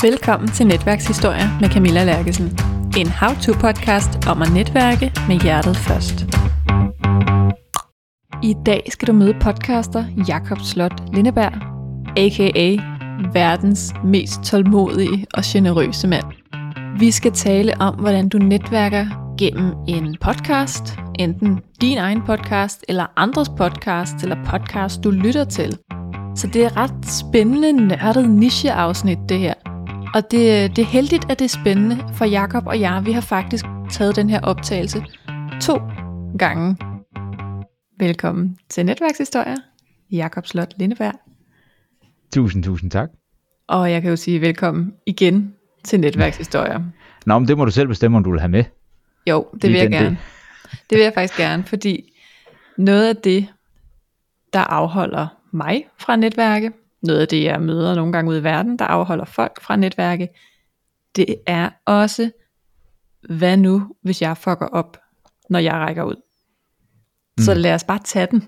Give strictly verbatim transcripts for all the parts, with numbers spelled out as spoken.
Velkommen til Netværkshistorier med Camilla Lerkesen. En how-to-podcast om at netværke med hjertet først. I dag skal du møde podcaster Jakob Slot Lindeberg, a k a verdens mest tålmodige og generøse mand. Vi skal tale om, hvordan du netværker gennem en podcast, enten din egen podcast, eller andres podcast, eller podcast, du lytter til. Så det er ret spændende, nørdet niche-afsnit, det her. Og det, det er heldigt, at det er spændende, for Jakob og jeg, vi har faktisk taget den her optagelse to gange. Velkommen til Netværkshistorier, Jakob Slot Lindeberg. Tusind, tusind tak. Og jeg kan jo sige velkommen igen til Netværkshistorier. Nå, men det må du selv bestemme, om du vil have med. Jo, det vil jeg gerne. Det. det vil jeg faktisk gerne, fordi noget af det, der afholder mig fra netværke, noget af det, jeg møder nogle gange ude i verden, der afholder folk fra netværke, det er også, hvad nu, hvis jeg fucker op, når jeg rækker ud. Mm. Så lad os bare tage den.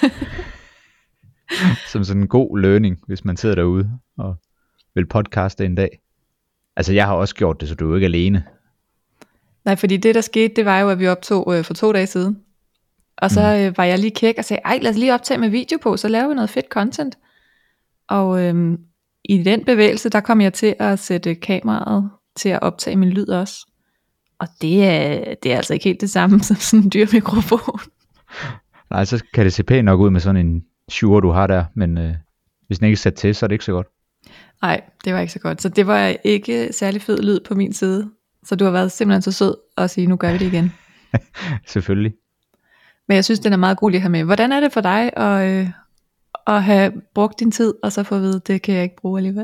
Som sådan en god learning, hvis man sidder derude og vil podcaste en dag. Altså, jeg har også gjort det, så du er jo ikke alene. Nej, fordi det, der skete, det var jo, at vi optog øh, for to dage siden. Og så øh, var jeg lige kæk og sagde, ej, lad os lige optage med video på, så laver vi noget fedt content. Og øhm, i den bevægelse, der kom jeg til at sætte kameraet til at optage min lyd også. Og det er, det er altså ikke helt det samme som sådan en dyr mikrofon. Nej, så kan det se pænt nok ud med sådan en Shure, du har der, men øh, hvis den ikke er sat til, så er det ikke så godt. Nej, det var ikke så godt. Så det var ikke særlig fed lyd på min side. Så du har været simpelthen så sød at sige, nu gør vi det igen. Selvfølgelig. Men jeg synes, den er meget god lige at have med. Hvordan er det for dig at, øh, at have brugt din tid, og så få at vide, det kan jeg ikke bruge alligevel?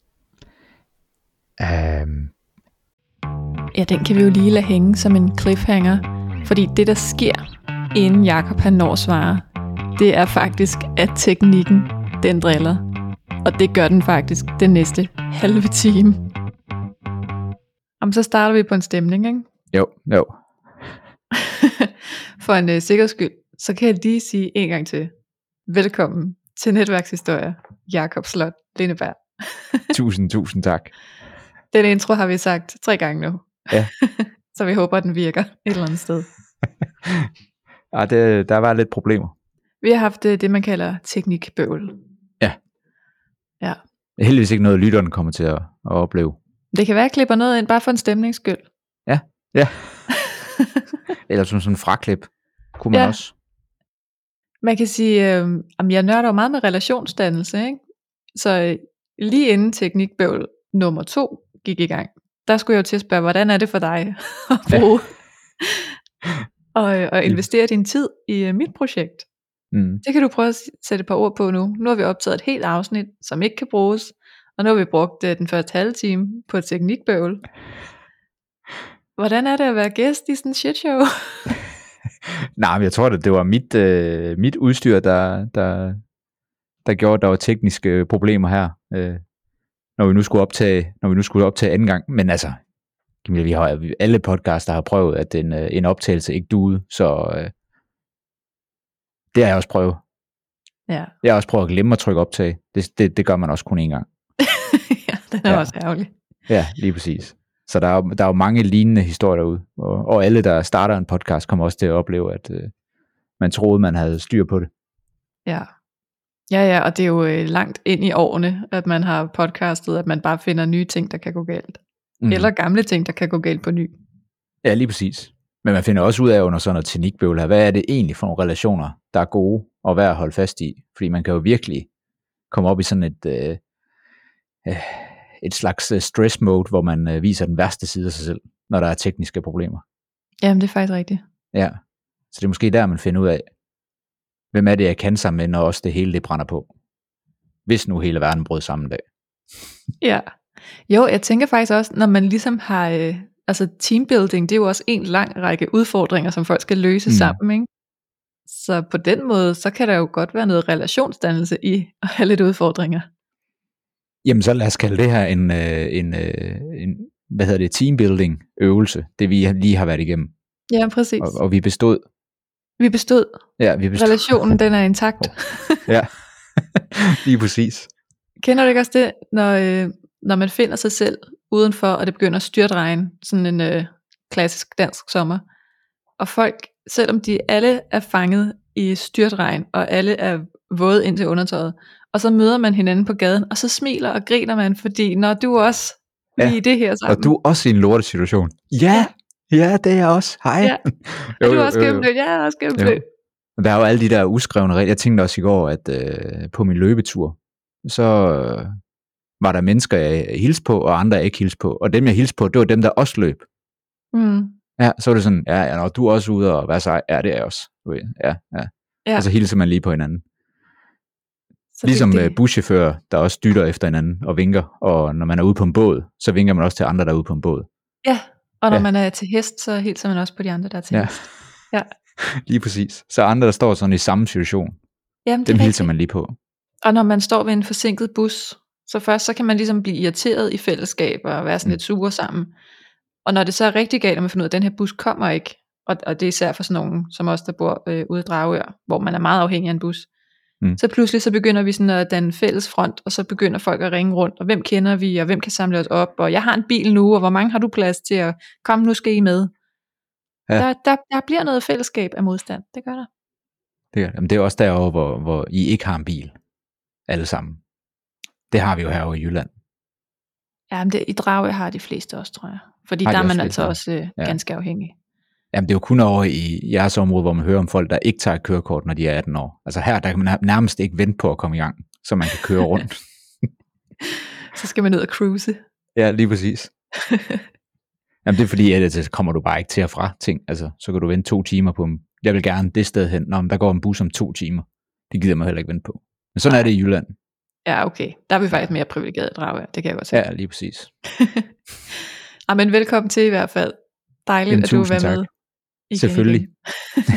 Um... Ja, den kan vi jo lige lade hænge som en cliffhanger. Fordi det, der sker, inden Jakob han når svare, det er faktisk, at teknikken, den driller. Og det gør den faktisk den næste halve time. Om så starter vi på en stemning, ikke? Jo, jo. For en uh, sikkerheds skyld, så kan jeg lige sige en gang til. Velkommen til Netværkshistorier, Jakob Slot Lindeberg. Tusind, tusind tak. Den intro har vi sagt tre gange nu. Ja. Så vi håber, at den virker et eller andet sted. Ja, det, der var lidt problemer. Vi har haft det, det man kalder teknikbøvl. Ja. Ja. Det er heldigvis ikke noget, lytteren kommer til at, at opleve. Det kan være, at jeg klipper noget ind, bare for en stemnings skyld. Ja, ja. Eller som sådan en fraklip, kunne man ja. også. Man kan sige, øh, at jeg nørder jo meget med relationsdannelse, ikke? Så øh, lige inden teknikbøvl nummer to gik i gang, der skulle jeg jo til at spørge, hvordan er det for dig at bruge og, øh, og investere din tid i øh, mit projekt? Mm. Det kan du prøve at sætte et par ord på nu. Nu har vi optaget et helt afsnit, som ikke kan bruges, og nu har vi brugt øh, den første halve time på et teknikbøvl. Hvordan er det at være gæst i sådan en shit show? Nej, men jeg tror, at det var mit, øh, mit udstyr, der, der, der gjorde, at der var tekniske problemer her, øh, når vi nu skulle optage, når vi nu skulle optage anden gang. Men altså, vi har alle podcaster har prøvet, at en, en optagelse ikke duede, så øh, det har jeg også prøvet. Ja. Jeg har også prøvet at glemme at trykke optag. Det, det, det gør man også kun én gang. Ja, den er ja. også ærgerlig. Ja, lige præcis. Så der er, der er jo mange lignende historier derude, og, og alle, der starter en podcast, kommer også til at opleve, at øh, man troede, man havde styr på det. Ja. Ja, ja, og det er jo øh, langt ind i årene, at man har podcastet, at man bare finder nye ting, der kan gå galt. Mm. Eller gamle ting, der kan gå galt på ny. Ja, lige præcis. Men man finder også ud af under sådan noget teknikbøvl her, hvad er det egentlig for nogle relationer, der er gode og værd at holde fast i? Fordi man kan jo virkelig komme op i sådan et... Øh, øh, et slags stress mode, hvor man øh, viser den værste side af sig selv, når der er tekniske problemer. Jamen, det er faktisk rigtigt. Ja, så det er måske der, man finder ud af, hvem er det, jeg kan sammen med, når også det hele det brænder på. Hvis nu hele verden brød sammen en dag. Ja. Jo, jeg tænker faktisk også, når man ligesom har, øh, altså teambuilding, det er jo også en lang række udfordringer, som folk skal løse mm. sammen, ikke? Så på den måde, så kan der jo godt være noget relationsdannelse i at have lidt udfordringer. Jamen så lad os kalde det her en, en, en hvad hedder det, teambuilding øvelse, det vi lige har været igennem. Ja, præcis. Og, og vi bestod. Vi bestod. Ja, vi bestod. Relationen, den er intakt. Ja, lige præcis. Kender du ikke også det, når, øh, når man finder sig selv udenfor, og det begynder at styrtregne, sådan en øh, klassisk dansk sommer, og folk, selvom de alle er fanget i styrtregn, og alle er våde ind til undertøjet, og så møder man hinanden på gaden, og så smiler og griner man, fordi når du også lige ja, det her sammen. Og du er også i en lortesituation. Ja, ja, ja, det er jeg også. Hej. Ja. Er jo, du også gennemblødt? Ja, jeg er også gennemblødt. Der er jo alle de der uskrevne regler. Jeg tænkte også i går, at øh, på min løbetur, så øh, var der mennesker, jeg hilste på, og andre, jeg ikke hilste på. Og dem, jeg hilste på, det var dem, der også løb. Mm. Ja, så var det sådan, ja, ja, når du er også ude og være sej, ja, det er jeg også. Ja, ja. Ja. Og så hilser man lige på hinanden. Så ligesom det... buschauffører, der også dytter efter hinanden og vinker. Og når man er ude på en båd, så vinker man også til andre, der er ude på en båd. Ja, og når ja. man er til hest, så hilser man også på de andre, der er til ja. hest. Ja. Lige præcis. Så andre, der står sådan i samme situation, jamen, dem hilser man lige på. Og når man står ved en forsinket bus, så først så kan man ligesom blive irriteret i fællesskab og være sådan mm. lidt sure sammen. Og når det så er rigtig galt, at man finder ud af, at den her bus kommer ikke, og, og det er især for sådan nogen, som os, der bor øh, ude i Dragør, hvor man er meget afhængig af en bus, mm. så pludselig så begynder vi sådan at danne fælles front, og så begynder folk at ringe rundt, og hvem kender vi, og hvem kan samle os op, og jeg har en bil nu, og hvor mange har du plads til, og kom nu skal I med. Ja. Der, der, der bliver noget fællesskab af modstand, det gør der. Det er, jamen det er også derovre, hvor, hvor I ikke har en bil, alle sammen. Det har vi jo herovre i Jylland. Ja, men det, i Dragør har de fleste også, tror jeg. Fordi har der er man altså også øh, ja. ganske afhængig. Jamen det er jo kun over i jeres område, hvor man hører om folk, der ikke tager et kørekort, når de er atten år. Altså her, der kan man nærmest ikke vente på at komme i gang, så man kan køre rundt. Så skal man ned og cruise. Ja, lige præcis. Jamen det er fordi, at så kommer du bare ikke til og fra ting. Altså, så kan du vente to timer på dem. Jeg vil gerne det sted hen. Nå, men der går en bus om to timer. Det gider man heller ikke vente på. Men sådan Ej. er det i Jylland. Ja, okay. Der er vi faktisk mere privilegeret i Dragør. Det kan jeg godt se. Ja, lige præcis. Ja, men velkommen til i hvert fald. Dejligt, Jamen, at du er med. Igen, selvfølgelig. Igen.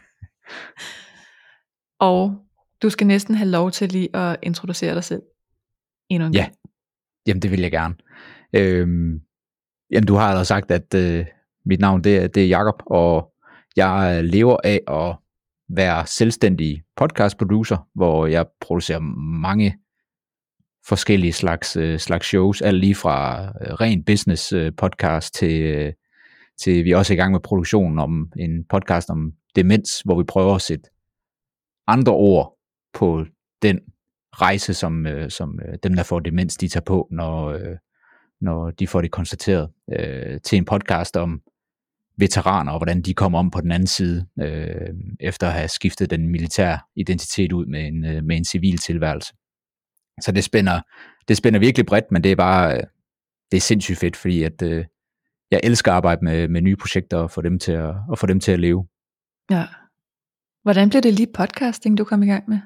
Og du skal næsten have lov til lige at introducere dig selv endnu en ja. gang. Jamen det vil jeg gerne. Øhm, jamen du har allerede sagt, at øh, mit navn det er, det er Jakob, og jeg lever af at være selvstændig podcast producer, hvor jeg producerer mange forskellige slags, øh, slags shows, alt lige fra øh, ren business øh, podcast til, øh, til vi er også i gang med produktionen om en podcast om demens, hvor vi prøver at sætte andre ord på den rejse, som, øh, som øh, dem, der får demens, de tager på, når, øh, når de får det konstateret, øh, til en podcast om veteraner, og hvordan de kommer om på den anden side, øh, efter at have skiftet den militære identitet ud med en, øh, med en civil tilværelse. Så det spænder, det spænder virkelig bredt, men det er bare, det er sindssygt fedt, fordi at, øh, jeg elsker at arbejde med, med nye projekter, og få dem til at, og få dem til at leve. Ja. Hvordan blev det lige podcasting, du kom i gang med?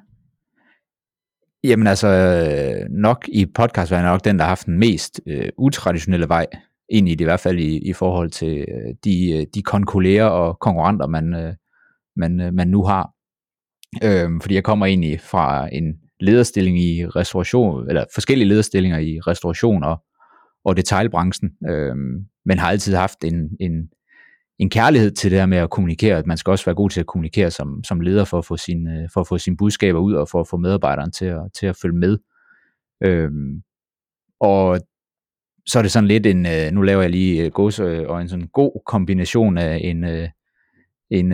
Jamen altså, nok i podcast var jeg nok den, der har haft den mest øh, utraditionelle vej, ind i det i hvert fald i, i forhold til øh, de, de konkurrerer og konkurrenter, man, øh, man, øh, man nu har. Øh, fordi jeg kommer egentlig fra en lederstilling i restauration, eller forskellige lederstillinger i restauration og, og detailbranchen, øh, men har altid haft en, en, en kærlighed til det her med at kommunikere, at man skal også være god til at kommunikere som, som leder for at få sine, for at få sine budskaber ud, og for at få medarbejderen til at, til at følge med. Øh, og så er det sådan lidt en, nu laver jeg lige gåse og en sådan god kombination af en, en,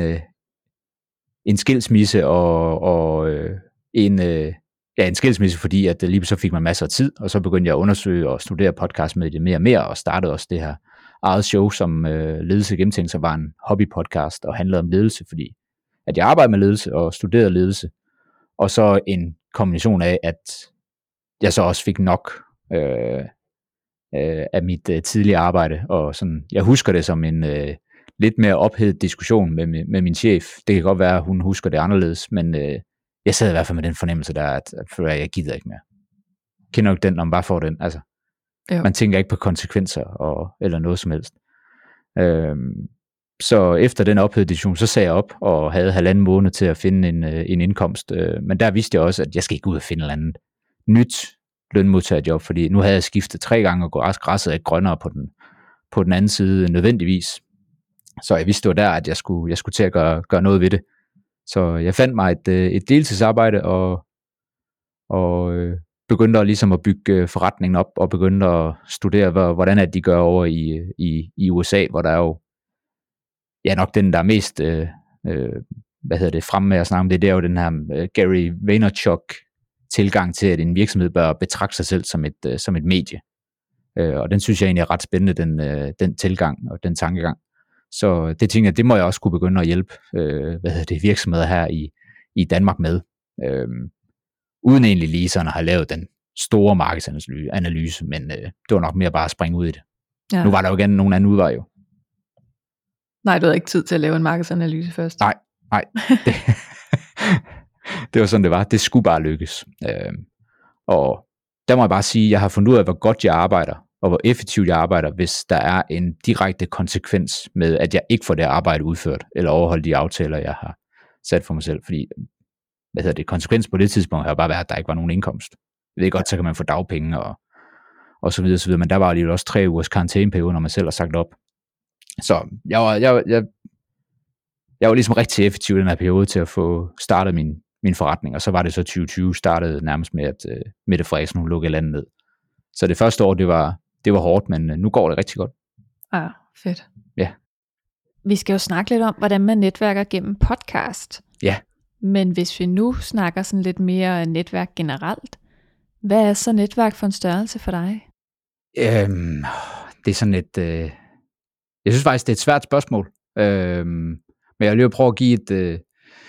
en skilsmisse og, og en, ja, en skilsmisse, fordi at lige så fik man masser af tid, og så begyndte jeg at undersøge og studere podcast med det mere og mere, og startede også det her eget show, som Ledelse Gennemtænkt, som var en hobbypodcast og handlede om ledelse, fordi at jeg arbejdede med ledelse og studerede ledelse, og så en kombination af, at jeg så også fik nok øh, af mit uh, tidligere arbejde, og sådan, jeg husker det som en uh, lidt mere ophedet diskussion med, med, med min chef. Det kan godt være, at hun husker det anderledes, men uh, jeg sad i hvert fald med den fornemmelse der, at, at, at jeg gider ikke mere. Jeg kender jo ikke den, når man bare får den. Altså, man tænker ikke på konsekvenser, og, eller noget som helst. Øhm, så efter den ophedede diskussion, så sagde jeg op, og havde halvanden måned til at finde en, uh, en indkomst. Uh, men der vidste jeg også, at jeg skal ikke ud og finde et eller andet nyt lønmodtagerjob, fordi nu havde jeg skiftet tre gange, og græsset er ikke grønnere på den, på den anden side nødvendigvis. Så jeg vidste det var der, at jeg skulle, jeg skulle til at gøre, gøre noget ved det. Så jeg fandt mig et, et deltidsarbejde, og, og begyndte at, ligesom at bygge forretningen op, og begyndte at studere, hvordan at de gør over i, i, i U S A, hvor der er jo ja, nok den, der er mest øh, øh, hvad hedder det, fremme med at snakke om det, det er jo den her øh, Gary Vaynerchuk tilgang til, at en virksomhed bør betragte sig selv som et, øh, som et medie. Øh, og den synes jeg egentlig er ret spændende, den, øh, den tilgang og den tankegang. Så det tænker jeg, det må jeg også kunne begynde at hjælpe øh, hvad hedder det, virksomheder her i, i Danmark med. Øh, uden egentlig lige sådan at have lavet den store markedsanalyse, men øh, det var nok mere bare at springe ud i det. Ja. Nu var der jo igen nogen anden udvej jo. Nej, du havde ikke tid til at lave en markedsanalyse først. Nej, nej. Det, det var sådan, det var. Det skulle bare lykkes. Øh, og der må jeg bare sige, at jeg har fundet ud af, hvor godt jeg arbejder, og hvor effektivt jeg arbejder, hvis der er en direkte konsekvens med, at jeg ikke får det arbejde udført, eller overholdt de aftaler, jeg har sat for mig selv. Fordi, hvad hedder det, konsekvens på det tidspunkt har jo bare været, at der ikke var nogen indkomst. Jeg ved godt, så kan man få dagpenge, og, og så videre, så videre, men der var alligevel også tre ugers karantæneperiode, når man selv har sagt op. Så jeg var, jeg, jeg, jeg var ligesom rigtig effektiv i den her periode til at få startet min, min forretning, og så var det så tyve tyve startede nærmest med, at uh, Mette Frederiksen hun lukkede landet ned. Så det første år, det var, det var hårdt, men uh, nu går det rigtig godt. Ah, fedt. Ja. Vi skal jo snakke lidt om, hvordan man netværker gennem podcast. Ja. Men hvis vi nu snakker sådan lidt mere netværk generelt, hvad er så netværk for en størrelse for dig? Øhm, det er sådan et... Øh, jeg synes faktisk, det er et svært spørgsmål. Øhm, men jeg vil lige prøve at give et øh,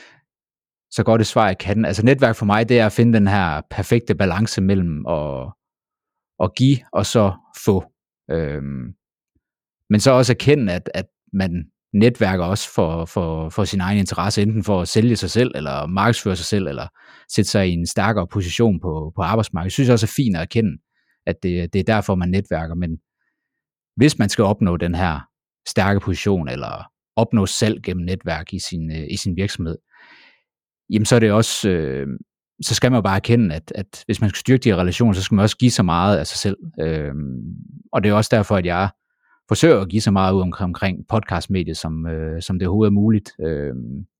så godt et svar, jeg kan. Altså netværk for mig, det er at finde den her perfekte balance mellem at, at give og så få. Øhm, men så også erkende, at, at man netværker også for, for, for sin egen interesse, enten for at sælge sig selv, eller markedsføre sig selv, eller sætte sig i en stærkere position på, på arbejdsmarkedet. Jeg synes også, det er fint at erkende, at det, det er derfor, man netværker. Men hvis man skal opnå den her stærke position, eller opnå salg gennem netværk i sin, i sin virksomhed, jamen så er det også, øh, så skal man jo bare erkende, at, at hvis man skal styrke de relationer, så skal man også give så meget af sig selv. Øh, og det er også derfor, at jeg forsøger at give så meget ud omkring, omkring podcastmediet, som, øh, som det overhovedet er muligt, øh,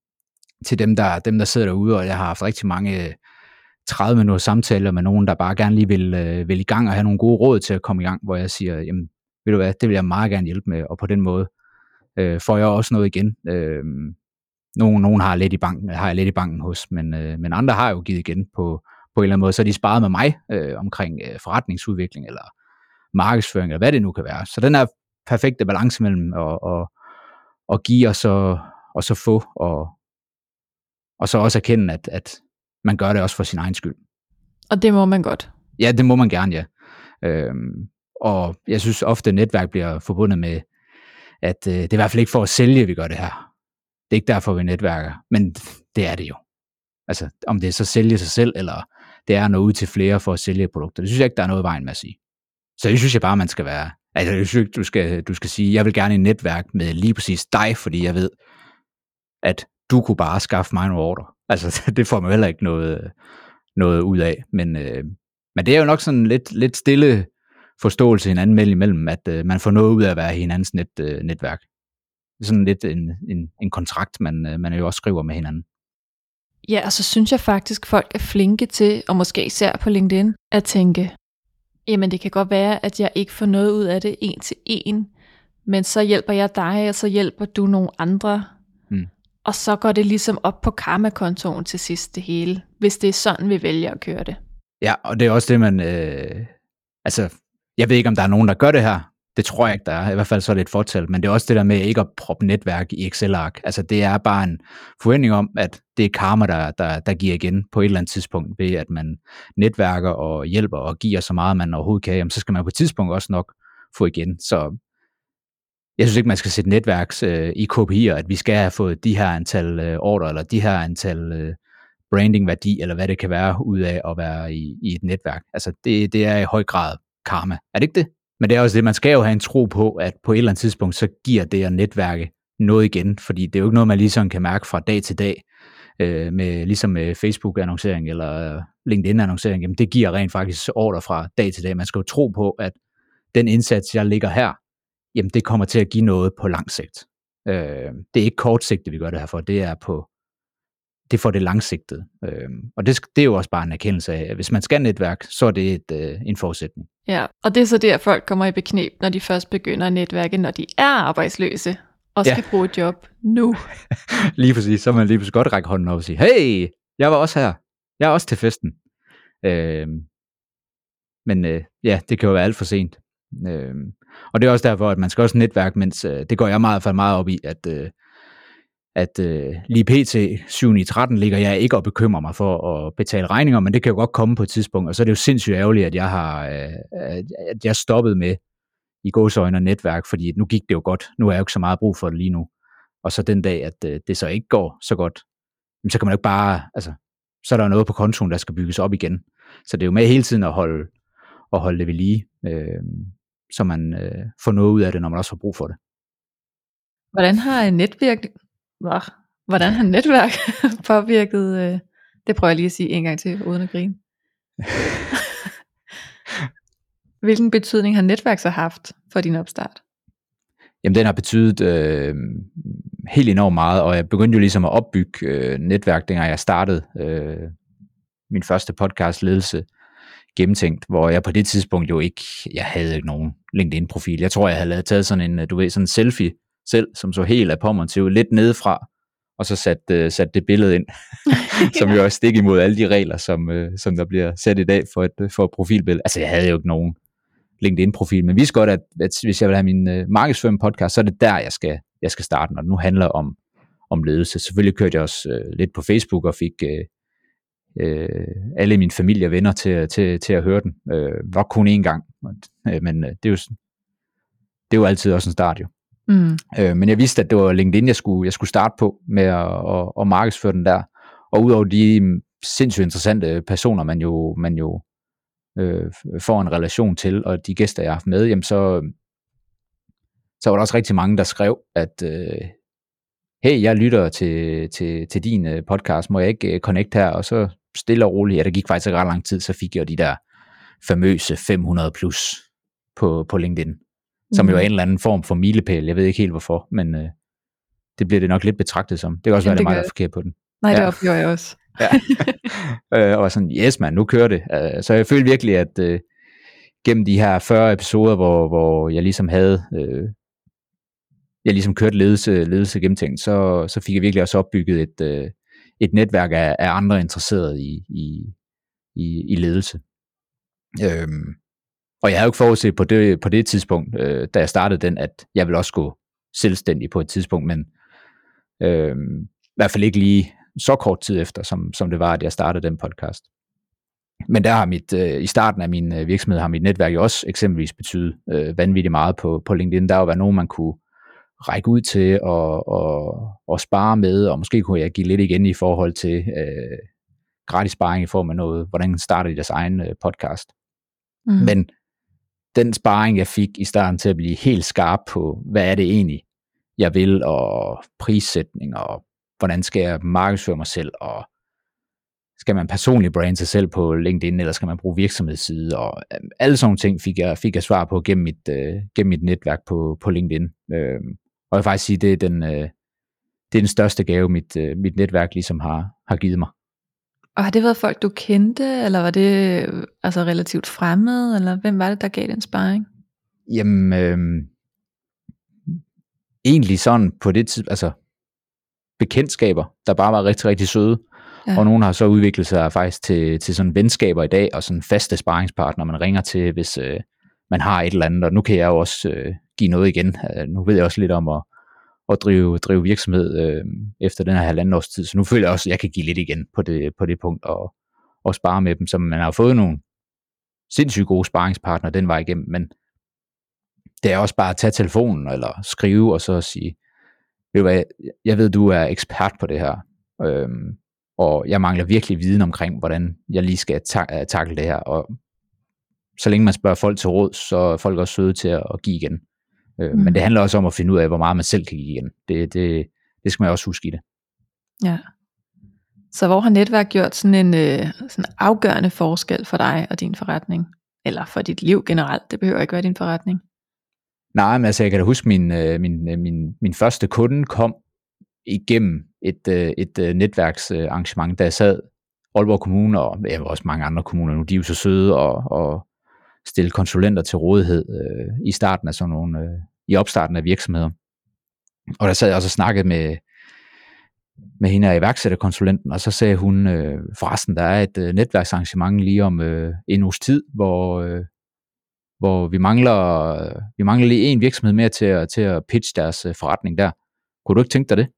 til dem der, dem, der sidder derude, og jeg har haft rigtig mange tredive minutter samtaler med nogen, der bare gerne lige vil, øh, vil i gang og have nogle gode råd til at komme i gang, hvor jeg siger, jamen, ved du hvad, det vil jeg meget gerne hjælpe med, og på den måde øh, får jeg også noget igen. Øh, nogen, nogen har, lidt i banken, har jeg lidt i banken hos, men, øh, men andre har jo givet igen på, på en eller anden måde, så de sparet med mig øh, omkring øh, forretningsudvikling, eller markedsføring, eller hvad det nu kan være. Så den er perfekte balance mellem at, at, at give og så, og så få, og, og så også erkende, at, at man gør det også for sin egen skyld. Og det må man godt? Ja, det må man gerne, ja. Øhm, og jeg synes ofte, at netværk bliver forbundet med, at øh, det er i hvert fald ikke for at sælge, vi gør det her. Det er ikke derfor, vi netværker, men det er det jo. Altså, om det er så sælge sig selv, eller det er at nå ud til flere for at sælge produkter. Det synes jeg ikke, der er noget i vejen med at sige. Så det synes jeg bare, man skal være. Altså, jeg synes ikke, du skal, du skal sige, jeg vil gerne i netværk med lige præcis dig, fordi jeg ved, at du kunne bare skaffe mig nogle ordre. Altså, det får man heller ikke noget, noget ud af. Men, øh, men det er jo nok sådan lidt, lidt stille forståelse hinanden mellem, imellem, at øh, man får noget ud af at være hinandens net, øh, netværk. Det er sådan lidt en, en, en kontrakt, man, øh, man jo også skriver med hinanden. Ja, og så synes jeg faktisk, at folk er flinke til, og måske især på LinkedIn, at tænke, jamen det kan godt være, at jeg ikke får noget ud af det en til en, men så hjælper jeg dig, og så hjælper du nogle andre, mm. og så går det ligesom op på karma-kontoen til sidst det hele, hvis det er sådan, vi vælger at køre det. Ja, og det er også det, man, øh, altså, jeg ved ikke, om der er nogen, der gør det her, det tror jeg ikke, der er, i hvert fald så er det et fortal, men det er også det der med ikke at proppe netværk i Excel-ark, altså det er bare en forventning om, at det er karma, der, der, der giver igen på et eller andet tidspunkt, ved at man netværker og hjælper og giver så meget, man overhovedet kan, jamen, så skal man på et tidspunkt også nok få igen, så jeg synes ikke, man skal sætte netværks øh, i K P I'er, at vi skal have fået de her antal øh, ordre, eller de her antal øh, branding-værdi, eller hvad det kan være, ud af at være i, i et netværk. Altså, det, det er i høj grad karma. Er det ikke det? Men det er også det, man skal jo have en tro på, at på et eller andet tidspunkt, så giver det at netværke noget igen, fordi det er jo ikke noget, man lige sådan kan mærke fra dag til dag, øh, med, ligesom med Facebook-annoncering eller LinkedIn-annoncering. Jamen, det giver rent faktisk ordre fra dag til dag. Man skal jo tro på, at den indsats, jeg ligger her, jamen det kommer til at give noget på lang sigt. Øh, det er ikke kortsigtet, vi gør det her for, det er på, det får det langsigtede. Øh, og det, det er jo også bare en erkendelse af, at hvis man skal netværk, så er det et, øh, en forudsætning. Ja, og det er så der, folk kommer i bekneb, når de først begynder at netværke, når de er arbejdsløse, og skal ja. bruge et job nu. Lige præcis, så må man lige pludselig godt række hånden op og sige, hey, jeg var også her, jeg er også til festen. Øh, men øh, ja, det kan jo være alt for sent. Øh, og det er også derfor, at man skal også netværke, mens øh, det går jeg meget, i hvert fald meget op i, at, øh, at øh, lige pt. syv ni tretten ligger jeg ikke og bekymrer mig for at betale regninger, men det kan jo godt komme på et tidspunkt, og så er det jo sindssygt ærgerligt, at jeg har øh, at jeg stoppet med i gåseøjne og netværk, fordi nu gik det jo godt, nu er jeg jo ikke så meget brug for det lige nu, og så den dag, at øh, det så ikke går så godt, så kan man jo ikke bare, altså, så er der noget på kontoen, der skal bygges op igen, så det er jo med hele tiden at holde, at holde det ved lige, øh, så man øh, får noget ud af det, når man også får brug for det. Hvordan har netværk, hvordan har netværk påvirket, øh, det prøver jeg lige at sige en gang til, uden at grine. Hvilken betydning har netværk så haft for din opstart? Jamen, den har betydet øh, helt enormt meget, og jeg begyndte jo ligesom at opbygge øh, netværk, dengang jeg startede øh, min første podcast, Ledelse Gennemtænkt, hvor jeg på det tidspunkt jo ikke, jeg havde ikke nogen LinkedIn-profil. Jeg tror, jeg havde taget sådan en, du ved, sådan en selfie selv, som så helt af påmontet, lidt nedefra, og så sat, uh, sat det billede ind, som jo er stik imod alle de regler, som, uh, som der bliver sat i dag for et, for et profilbillede. Altså, jeg havde jo ikke nogen LinkedIn-profil, men vidste godt, at, at hvis jeg vil have min uh, markedsføring podcast, så er det der, jeg skal, jeg skal starte, når det nu handler om, om ledelse. Selvfølgelig kørte jeg også uh, lidt på Facebook og fik uh, uh, alle mine familie og venner til, til, til at høre den. Uh, nok kun én gang, uh, men uh, det, er jo, det er jo altid også en start, jo. Mm. Øh, men jeg vidste, at det var LinkedIn, jeg skulle, jeg skulle starte på med at, at, at markedsføre den der. Og udover de sindssygt interessante personer, man jo, man jo øh, får en relation til, og de gæster, jeg har haft med, jamen så, så var der også rigtig mange, der skrev, at øh, hey, jeg lytter til, til, til din podcast, må jeg ikke connect her? Og så stille og roligt, ja, der gik faktisk ret lang tid, så fik jeg de der famøse fem hundrede plus på, på LinkedIn. Som mm. jo er en eller anden form for milepæl. Jeg ved ikke helt hvorfor, men øh, det bliver det nok lidt betragtet som. Det kan også ja, være, det er meget, der er forkert på den. Nej, det ja. oplever jeg også. ja. øh, og sådan, yes man, nu kører det. Uh, så jeg følte virkelig, at uh, gennem de her fyrre episoder, hvor, hvor jeg ligesom havde, uh, jeg ligesom kørte ledelse, ledelse gennemtænkt, så, så fik jeg virkelig også opbygget et, uh, et netværk af, af andre interesserede i, i, i, i ledelse. Øh, Og jeg havde jo ikke forudset på det, på det tidspunkt, øh, da jeg startede den, at jeg ville også gå selvstændig på et tidspunkt, men øh, i hvert fald ikke lige så kort tid efter, som, som det var, at jeg startede den podcast. Men der har mit, øh, i starten af min øh, virksomhed har mit netværk jo også eksempelvis betydet øh, vanvittigt meget på, på LinkedIn. Der har jo været nogen, man kunne række ud til og, og, og spare med, og måske kunne jeg give lidt igen i forhold til øh, gratis sparring i form af noget, hvordan starter de deres egen øh, podcast. Mm. Men den sparring, jeg fik i starten til at blive helt skarp på, hvad er det egentlig, jeg vil, og prissætning, og hvordan skal jeg markedsføre mig selv, og skal man personligt brande sig selv på LinkedIn, eller skal man bruge virksomhedsside, og alle sådan nogle ting fik jeg, fik jeg svar på gennem mit, øh, gennem mit netværk på, på LinkedIn. Øh, og jeg vil faktisk sige, det er den, øh, det er den største gave, mit, øh, mit netværk ligesom har, har givet mig. Og har det været folk, du kendte, eller var det altså relativt fremmed, eller hvem var det, der gav den sparring? Jamen, øh, egentlig sådan på det tidspunkt, altså bekendtskaber, der bare var rigtig, rigtig søde, ja. Og nogen har så udviklet sig faktisk til, til sådan venskaber i dag, og sådan faste sparringspartner, man ringer til, hvis øh, man har et eller andet, og nu kan jeg jo også øh, give noget igen. Nu ved jeg også lidt om at at drive, drive virksomhed øh, efter den her halvanden års tid. Så nu føler jeg også, at jeg kan give lidt igen på det, på det punkt og, og spare med dem. Så man har fået nogle sindssygt gode sparringspartnere den vej igennem, men det er også bare at tage telefonen eller skrive og så sige, ved du hvad, jeg ved, du er ekspert på det her, øhm, og jeg mangler virkelig viden omkring, hvordan jeg lige skal ta- takle det her. Og så længe man spørger folk til råd, så er folk også søde til at, at give igen. Mm. Men det handler også om at finde ud af, hvor meget man selv kan give igen. Det, det, det skal man også huske i det. Ja. Så hvor har netværk gjort sådan en øh, sådan afgørende forskel for dig og din forretning? Eller for dit liv generelt? Det behøver ikke være din forretning. Nej, men altså jeg kan da huske, min, min, min, min første kunde kom igennem et, øh, et øh, netværksarrangement, der sad Aalborg Kommune, og ja, også mange andre kommuner nu, de er jo så søde og, og stille konsulenter til rådighed øh, i starten af sådan nogle, øh, i opstarten af virksomheder. Og der sad jeg også og snakkede med, med hende af iværksætterkonsulenten, og så sagde hun, øh, forresten, der er et øh, netværksarrangement lige om øh, en uges tid, hvor, øh, hvor vi mangler, øh, vi mangler lige en virksomhed mere til at, til at pitche deres øh, forretning der. Kunne du ikke tænke dig det?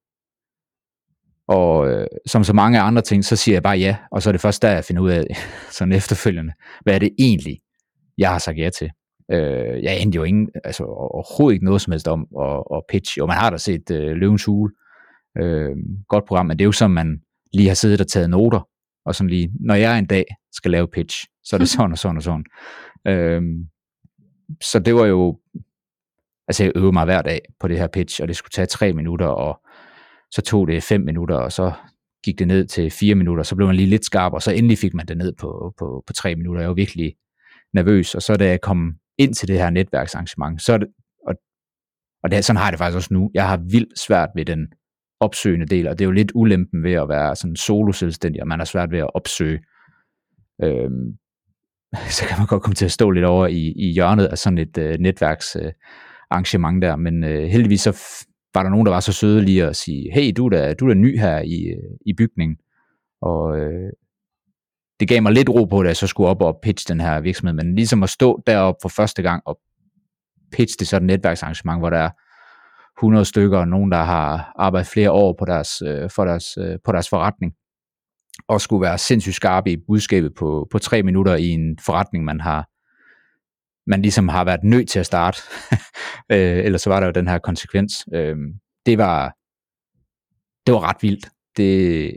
Og øh, som så mange andre ting, så siger jeg bare ja, og så er det først der, jeg finder ud af, sådan efterfølgende, hvad er det egentlig, jeg har sagt ja til. Øh, jeg endte jo ingen, altså overhovedet ikke noget som helst om at, at pitch, og man har da set øh, Løvens Hule, øh, godt program, men det er jo som, man lige har siddet og taget noter, og sådan lige, når jeg en dag skal lave pitch, så er det sådan og sådan og sådan. Øh, så det var jo, altså jeg øvede mig hver dag på det her pitch, og det skulle tage tre minutter, og så tog det fem minutter, og så gik det ned til fire minutter, så blev man lige lidt skarp, og så endelig fik man det ned på, på, på tre minutter. Jeg var virkelig nervøs, og så da jeg kom ind til det her netværksarrangement, så er det, og, og det er, sådan har jeg det faktisk også nu, jeg har vildt svært ved den opsøgende del, og det er jo lidt ulempen ved at være sådan solo-selvstændig, og man har svært ved at opsøge. Øhm, så kan man godt komme til at stå lidt over i, i hjørnet af sådan et øh, netværksarrangement øh, der, men øh, heldigvis så var der nogen, der var så søde lige at sige, hey, du er da, du er da ny her i, i bygningen, og øh, det gav mig lidt ro på, da jeg så skulle op og pitche den her virksomhed, men ligesom at stå deroppe for første gang og pitche det sådan et netværksarrangement, hvor der er hundrede stykker, og nogen, der har arbejdet flere år på deres, øh, for deres, øh, på deres forretning, og skulle være sindssygt skarpe i budskabet på, på tre minutter i en forretning, man har man ligesom har været nødt til at starte, øh, ellers så var der jo den her konsekvens. Øh, det var det var ret vildt. Det,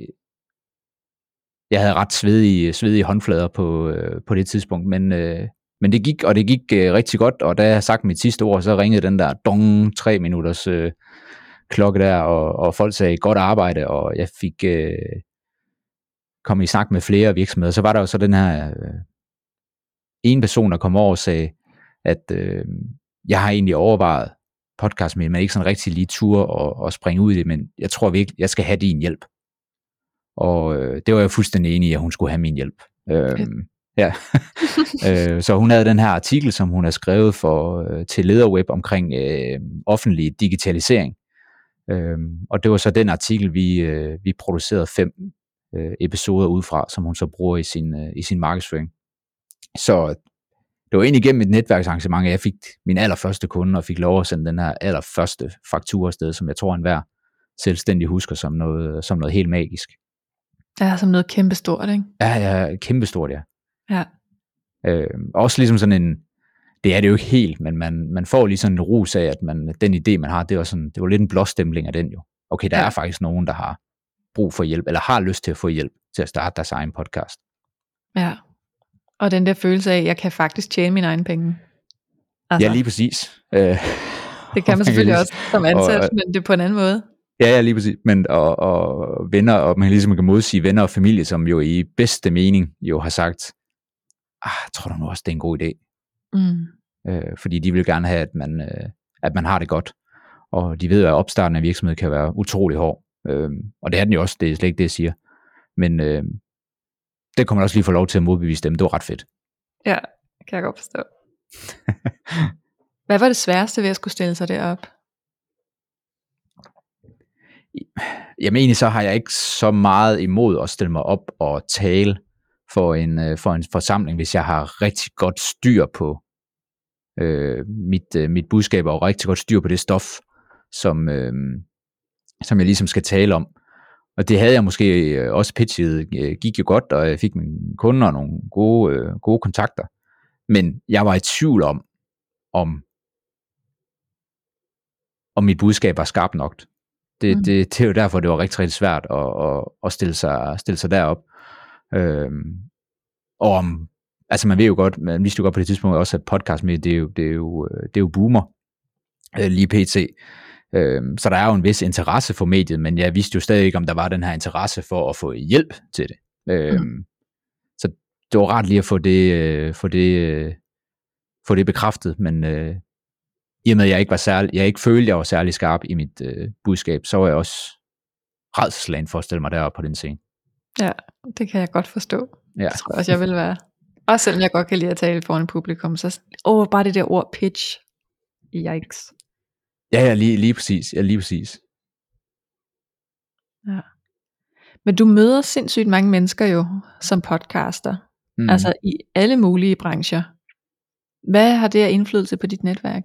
jeg havde ret svedige, svedige håndflader på, øh, på det tidspunkt, men, øh, men det gik, og det gik øh, rigtig godt, og da jeg havde sagt mit sidste ord, så ringede den der dong, tre minutters øh, klokke der, og, og folk sagde godt arbejde, og jeg fik øh, kom i snak med flere virksomheder. Så var der jo så den her øh, en person, der kom over og sagde, at øh, jeg har egentlig overvejet podcast med, men ikke sådan rigtig lige tur og, og springe ud i det, men jeg tror virkelig, jeg skal have din hjælp. Og øh, det var jeg fuldstændig enig i, at hun skulle have min hjælp. Øh, ja. øh, så hun havde den her artikel, som hun har skrevet for øh, til Lederweb omkring øh, offentlig digitalisering. Øh, og det var så den artikel, vi, øh, vi producerede fem øh, episoder ud fra, som hun så bruger i sin, øh, i sin markedsføring. Så det var egentlig gennem et netværksarrangement, at jeg fik min allerførste kunde, og fik lov at sende den her allerførste faktura afsted, som jeg tror enhver selvstændig husker som noget, som noget helt magisk. Ja, som noget kæmpestort, ikke? Ja, ja, kæmpestort, ja. Ja. Øh, også ligesom sådan en, det er det jo ikke helt, men man, man får lige sådan en rus af, at man, den idé, man har, det var, sådan, det var lidt en blåstempling af den jo. Okay, der ja. er faktisk nogen, der har brug for hjælp, eller har lyst til at få hjælp til at starte deres egen podcast. Ja. Og den der følelse af, at jeg kan faktisk tjene mine egne penge. Altså, ja, lige præcis. Øh, det kan man selvfølgelig også som ansat, og, men det er på en anden måde. Ja, ja, lige præcis. Men, og, og venner, og man ligesom kan modsige venner og familie, som jo i bedste mening jo har sagt, ah, tror du nu også, det er en god idé? Mm. Øh, fordi de vil gerne have, at man, øh, at man har det godt. Og de ved, at opstarten af virksomhed kan være utrolig hård. Øh, og det er den jo også, det er slet ikke det, jeg siger. Men øh, det kommer man også lige få lov til at modbevise dem. Det var ret fedt. Ja, kan jeg godt forstå. Hvad var det sværeste ved at skulle stille sig derop? Jamen egentlig så har jeg ikke så meget imod at stille mig op og tale for en, for en forsamling, hvis jeg har rigtig godt styr på øh, mit, øh, mit budskab, og rigtig godt styr på det stof, som, øh, som jeg ligesom skal tale om. Og det havde jeg måske også pitchet, gik jo godt, og jeg fik mine kunder og nogle gode, øh, gode kontakter. Men jeg var i tvivl om, om, om mit budskab var skarpt nok. Det, mm. det, det er jo derfor, det var rigtig, rigtig svært at, at, at stille, sig, stille sig derop. Øhm, og om, altså man ved jo godt, man vidste jo godt på det tidspunkt også, at podcast med, det er jo, det er jo, det er jo boomer, øh, lige pt. Øhm, så der er jo en vis interesse for mediet, men jeg vidste jo stadig ikke, om der var den her interesse for at få hjælp til det. Øhm, mm. Så det var rart lige at få det, øh, få det, øh, få det bekræftet, men øh, i og med, at jeg ikke var særlig, jeg ikke følte, jeg var særlig skarp i mit øh, budskab, så var jeg også rædselslagen for at stille mig deroppe på den scene. Ja, det kan jeg godt forstå. Ja. Det tror jeg også, jeg vil være. Også selvom jeg godt kan lide at tale foran publikum, så åh, bare det der ord pitch. Yikes. Ja, ja, lige, lige præcis. Ja, lige præcis. Ja. Men du møder sindssygt mange mennesker jo, som podcaster. Mm. Altså i alle mulige brancher. Hvad har det af indflydelse på dit netværk?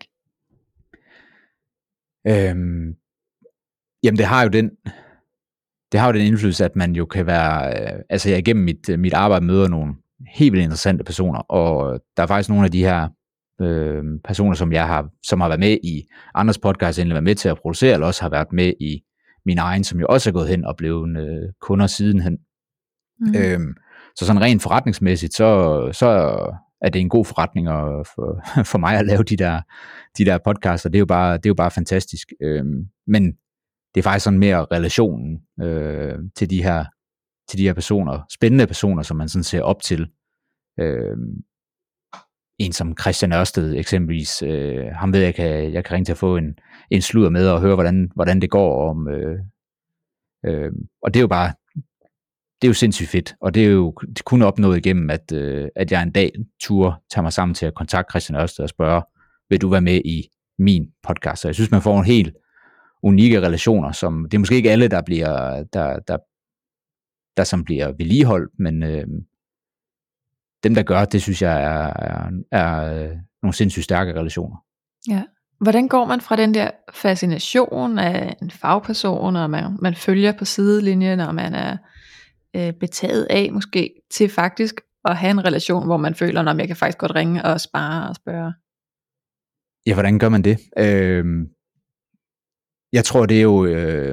Øhm, jamen det har jo den det har jo den indflydelse, at man jo kan være, øh, altså jeg igennem mit, mit arbejde møder nogle helt vildt interessante personer, og der er faktisk nogle af de her øh, personer, som jeg har, som har været med i andres podcasts, egentlig været med til at producere, eller også har været med i min egen, som jo også er gået hen og blevet øh, kunder sidenhen. Mm. Øhm, så sådan rent forretningsmæssigt, så, så er det en god forretning at, for, for mig at lave de der, de der podcasts, og det er jo bare, det er jo bare fantastisk. Øhm, men det er faktisk sådan mere relationen øh, til de her til de her personer, spændende personer, som man sådan ser op til. Øhm, en som Christian Ørsted eksempelvis, øh, ham ved jeg kan, jeg kan ringe til at få en, en sludder med og høre, hvordan, hvordan det går om, øh, øh, og det er jo bare, det er jo sindssygt fedt, og det er jo kun opnået igennem, at, øh, at jeg en dag turde tage mig sammen til at kontakte Christian Ørsted og spørge, vil du være med i min podcast? Så jeg synes, man får en helt unikke relationer, som, det er måske ikke alle, der bliver, der, der, der som bliver vedligeholdt, men øh, dem, der gør, det synes jeg er, er, er nogle sindssygt stærke relationer. Ja. Hvordan går man fra den der fascination af en fagperson, og man, man følger på sidelinjen, og man er øh, betaget af måske, til faktisk at have en relation, hvor man føler, at jeg kan faktisk godt ringe og spare og spørge? Ja, hvordan gør man det? Øh, jeg tror, det er jo... Øh,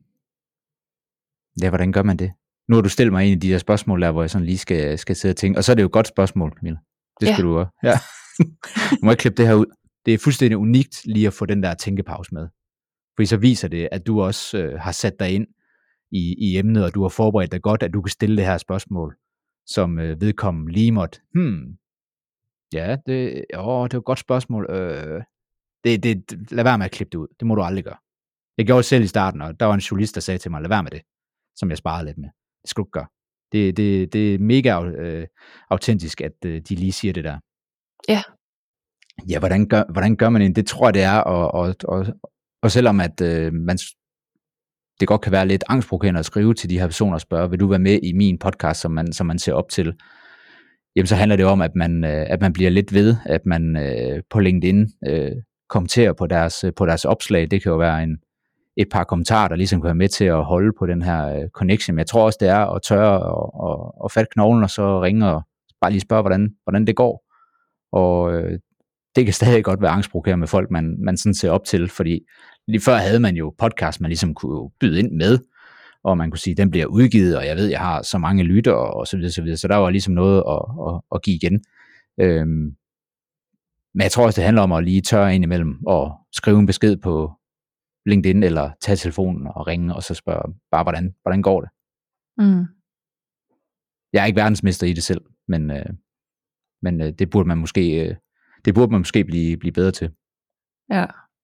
ja, hvordan gør man det? Nu har du stillet mig en af de der spørgsmål der, hvor jeg sådan lige skal, skal sidde og tænke. Og så er det jo et godt spørgsmål, Camilla. Det skal ja. du også. Ja. Du må ikke klippe det her ud. Det er fuldstændig unikt lige at få den der tænkepause med. Fordi så viser det, at du også øh, har sat dig ind i, i emnet, og du har forberedt dig godt, at du kan stille det her spørgsmål, som øh, vedkommende lige måtte. Hmm. Ja, det, åh, det er et godt spørgsmål. Øh, det, det, lad være med at klippe det ud. Det må du aldrig gøre. Jeg gjorde det selv i starten, og der var en journalist, der sagde til mig, lad være med det, som jeg sparede lidt med. Det skal du ikke gøre. Det, det, det er mega øh, autentisk, at øh, de lige siger det der. Ja. Ja, hvordan gør, hvordan gør man det? Det tror jeg, det er, og, og, og, og selvom at øh, man, det godt kan være lidt angstprovokerende at skrive til de her personer og spørge, vil du være med i min podcast, som man, som man ser op til? Jamen, så handler det om, at man, øh, at man bliver lidt ved, at man øh, på LinkedIn øh, kommenterer på deres, på deres opslag. Det kan jo være en et par kommentarer, der ligesom kan være med til at holde på den her øh, connection. Men jeg tror også, det er at tørre og, og, og fatte knoglen, og så ringe og bare lige spørge, hvordan, hvordan det går. Og øh, det kan stadig godt være angstprovokerende med folk, man, man sådan ser op til, fordi lige før havde man jo podcast, man ligesom kunne byde ind med, og man kunne sige, den bliver udgivet, og jeg ved, jeg har så mange lytter, og så videre, så videre. Så der var ligesom noget at, at, at give igen. Øhm, men jeg tror også, det handler om at lige tørre ind imellem, og skrive en besked på LinkedIn, eller tage telefonen og ringe, og så spørge bare, hvordan, hvordan går det? Mm. Jeg er ikke verdensmester i det selv, men, øh, men øh, det burde man måske, øh, det burde man måske blive, blive bedre til. Ja.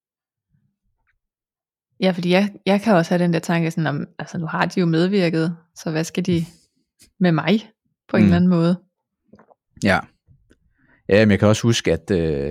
Ja, fordi jeg, jeg kan også have den der tanke, sådan om, altså nu har de jo medvirket, så hvad skal de med mig, på en mm. eller anden måde? Ja. Ja, men jeg kan også huske, at, øh,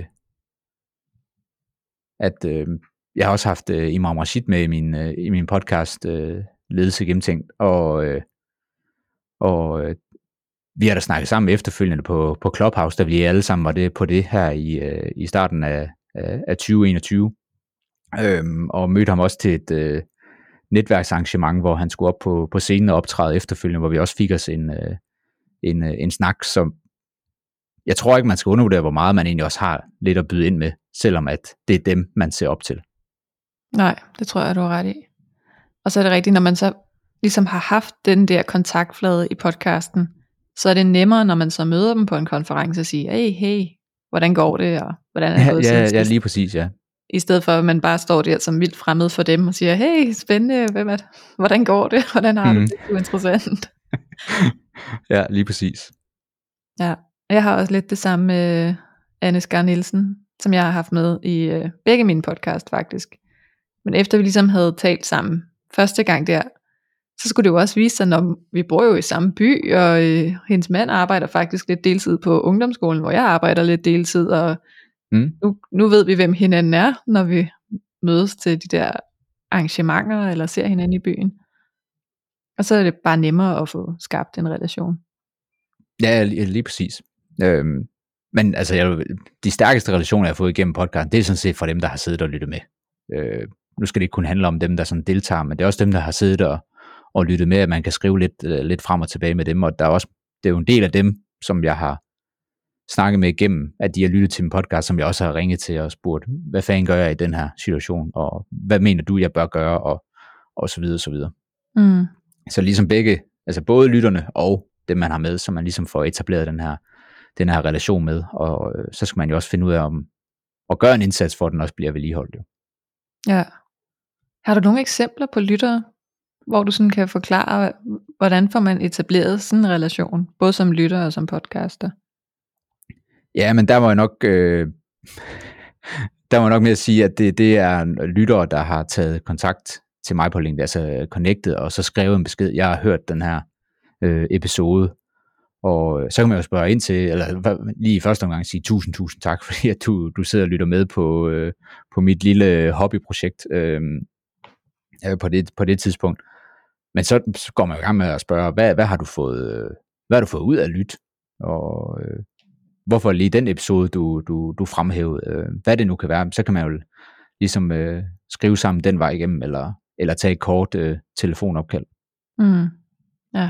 at øh, jeg har også haft øh, Imran Rashid med i min, øh, i min podcast, øh, Ledelse Gennemtænkt, og, øh, og øh, vi har da snakket sammen efterfølgende på, på Clubhouse, da vi alle sammen var det, på det her i, øh, i starten af, af, af tyve enogtyve, øhm, og mødte ham også til et øh, netværksarrangement, hvor han skulle op på, på scenen og optræde efterfølgende, hvor vi også fik os en, øh, en, øh, en snak, som jeg tror ikke, man skal undervurdere, hvor meget man egentlig også har lidt at byde ind med, selvom at det er dem, man ser op til. Nej, det tror jeg, du har ret i. Og så er det rigtigt, når man så ligesom har haft den der kontaktflade i podcasten, så er det nemmere, når man så møder dem på en konference og siger, hey, hey, hvordan går det, og hvordan er det gået ja, siden ja, sidst? ja, lige præcis, ja. I stedet for, at man bare står der som vildt fremmed for dem og siger, hey, spændende, hvem er det? Hvordan går det? Hvordan har mm. du det? Det er jo interessant. Ja, lige præcis. Ja, jeg har også lidt det samme med Anne Skar Nielsen, som jeg har haft med i øh, begge mine podcast faktisk. Men efter vi ligesom havde talt sammen første gang der, så skulle det jo også vise sig, når vi bor jo i samme by, og øh, hendes mand arbejder faktisk lidt deltid på ungdomsskolen, hvor jeg arbejder lidt deltid, og mm. nu, nu ved vi, hvem hinanden er, når vi mødes til de der arrangementer, eller ser hinanden i byen. Og så er det bare nemmere at få skabt en relation. Ja, lige, lige præcis. Øhm, men altså, jeg, de stærkeste relationer, jeg har fået igennem podcasten, det er sådan set fra dem, der har siddet og lyttet med. Øh, nu skal det ikke kun handle om dem, der sådan deltager, men det er også dem, der har siddet og, og lyttet med, at man kan skrive lidt, uh, lidt frem og tilbage med dem, og der er også, det er jo en del af dem, som jeg har snakket med igennem, at de har lyttet til min podcast, som jeg også har ringet til og spurgt, hvad fanden gør jeg i den her situation, og hvad mener du, jeg bør gøre, og, og så videre, så videre. Mm. Så ligesom begge, altså både lytterne og dem, man har med, så man ligesom får etableret den her, den her relation med, og øh, så skal man jo også finde ud af, om at gøre en indsats for, at den også bliver vedligeholdt. Jo. Ja. Har du nogle eksempler på lyttere, hvor du sådan kan forklare, hvordan får man etableret sådan en relation, både som lytter og som podcaster? Ja, men der var jeg nok, øh, der var nok mere at sige, at det, det er lyttere, der har taget kontakt til mig på LinkedIn, altså connected, og så skrevet en besked, jeg har hørt den her øh, episode, og så kan man jo spørge ind til, eller lige i første omgang sige tusind, tusind tak, fordi at du, du sidder og lytter med på, øh, på mit lille hobbyprojekt øh, på, det, på det tidspunkt. Men så, så går man jo i gang med at spørge, hvad, hvad har du fået, hvad har du fået ud af at lytte? Og øh, hvorfor lige den episode, du, du, du fremhævede, øh, hvad det nu kan være, så kan man jo ligesom øh, skrive sammen den vej igennem, eller, eller tage et kort øh, telefonopkald. Mm. Ja.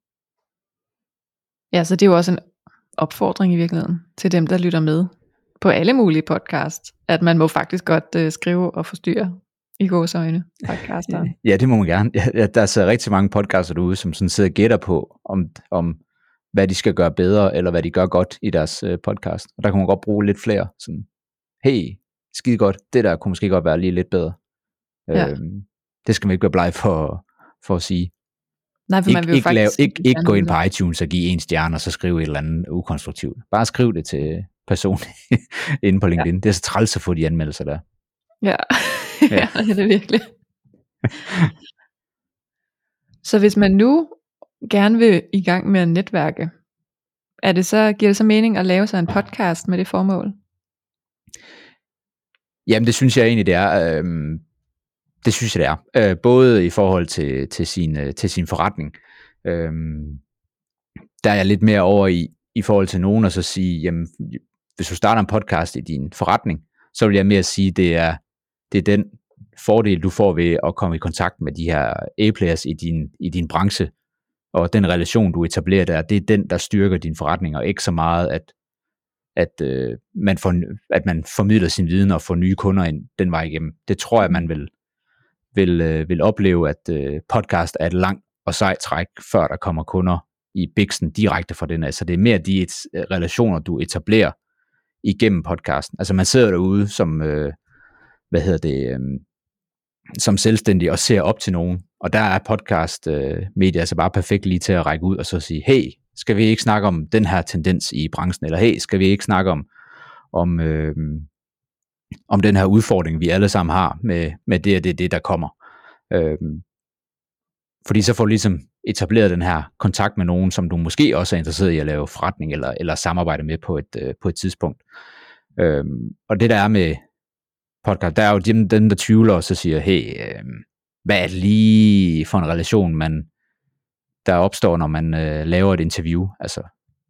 Ja, så det er jo også en opfordring i virkeligheden til dem, der lytter med på alle mulige podcasts, at man må faktisk godt øh, skrive og forstyrre i gåseøjne podcaster. Ja, det må man gerne. Ja, der er så rigtig mange podcaster derude, som sådan sidder og gætter på, om, om hvad de skal gøre bedre, eller hvad de gør godt i deres øh, podcast. Og der kan man godt bruge lidt flere. Sådan, hey, skide godt, det der kunne måske godt være lige lidt bedre. Ja. Øhm, det skal man ikke være bleg for, for at sige. Nej, for Ik- man vil jo ikke, faktisk lave, ikke, ikke gå ind på iTunes og give en stjerne, og så skrive et eller andet ukonstruktivt. Bare skriv det til personen inde på LinkedIn. Ja. Det er så træls at få de anmeldelser der. Ja, ja. Ja, det er virkelig. Så hvis man nu gerne vil i gang med at netværke, er det så, giver det så mening at lave sig en podcast med det formål? Jamen det synes jeg egentlig det er. Øhm, det synes jeg det er. Øh, både i forhold til, til, sin, til sin forretning. Øhm, der er jeg lidt mere over i, i forhold til nogen og så sige, jamen hvis du starter en podcast i din forretning, så vil jeg mere sige, det er, det er den fordel, du får ved at komme i kontakt med de her A-players i din, i din branche, og den relation, du etablerer der, det er den, der styrker din forretning, og ikke så meget, at, at, øh, man, får, at man formidler sin viden og får nye kunder ind den vej igennem. Det tror jeg, man vil, vil, øh, vil opleve, at øh, podcast er et langt og sejt træk, før der kommer kunder i biksen direkte fra den af. Så det er mere de et, relationer, du etablerer igennem podcasten. Altså man sidder derude som, øh, hvad hedder det, øh, som selvstændig og ser op til nogen, og der er podcast øh, medier altså bare perfekt lige til at række ud og så sige, hey, skal vi ikke snakke om den her tendens i branchen, eller hey, skal vi ikke snakke om om, øh, om den her udfordring, vi alle sammen har med, med det og det, det der kommer. Øh, fordi så får du ligesom etableret den her kontakt med nogen, som du måske også er interesseret i at lave forretning eller, eller samarbejde med på et, øh, på et tidspunkt. Øh, og det der er med podcast, der er jo dem, dem der tvivler og så siger, hey, øh, hvad er det lige for en relation, man, der opstår, når man øh, laver et interview, altså.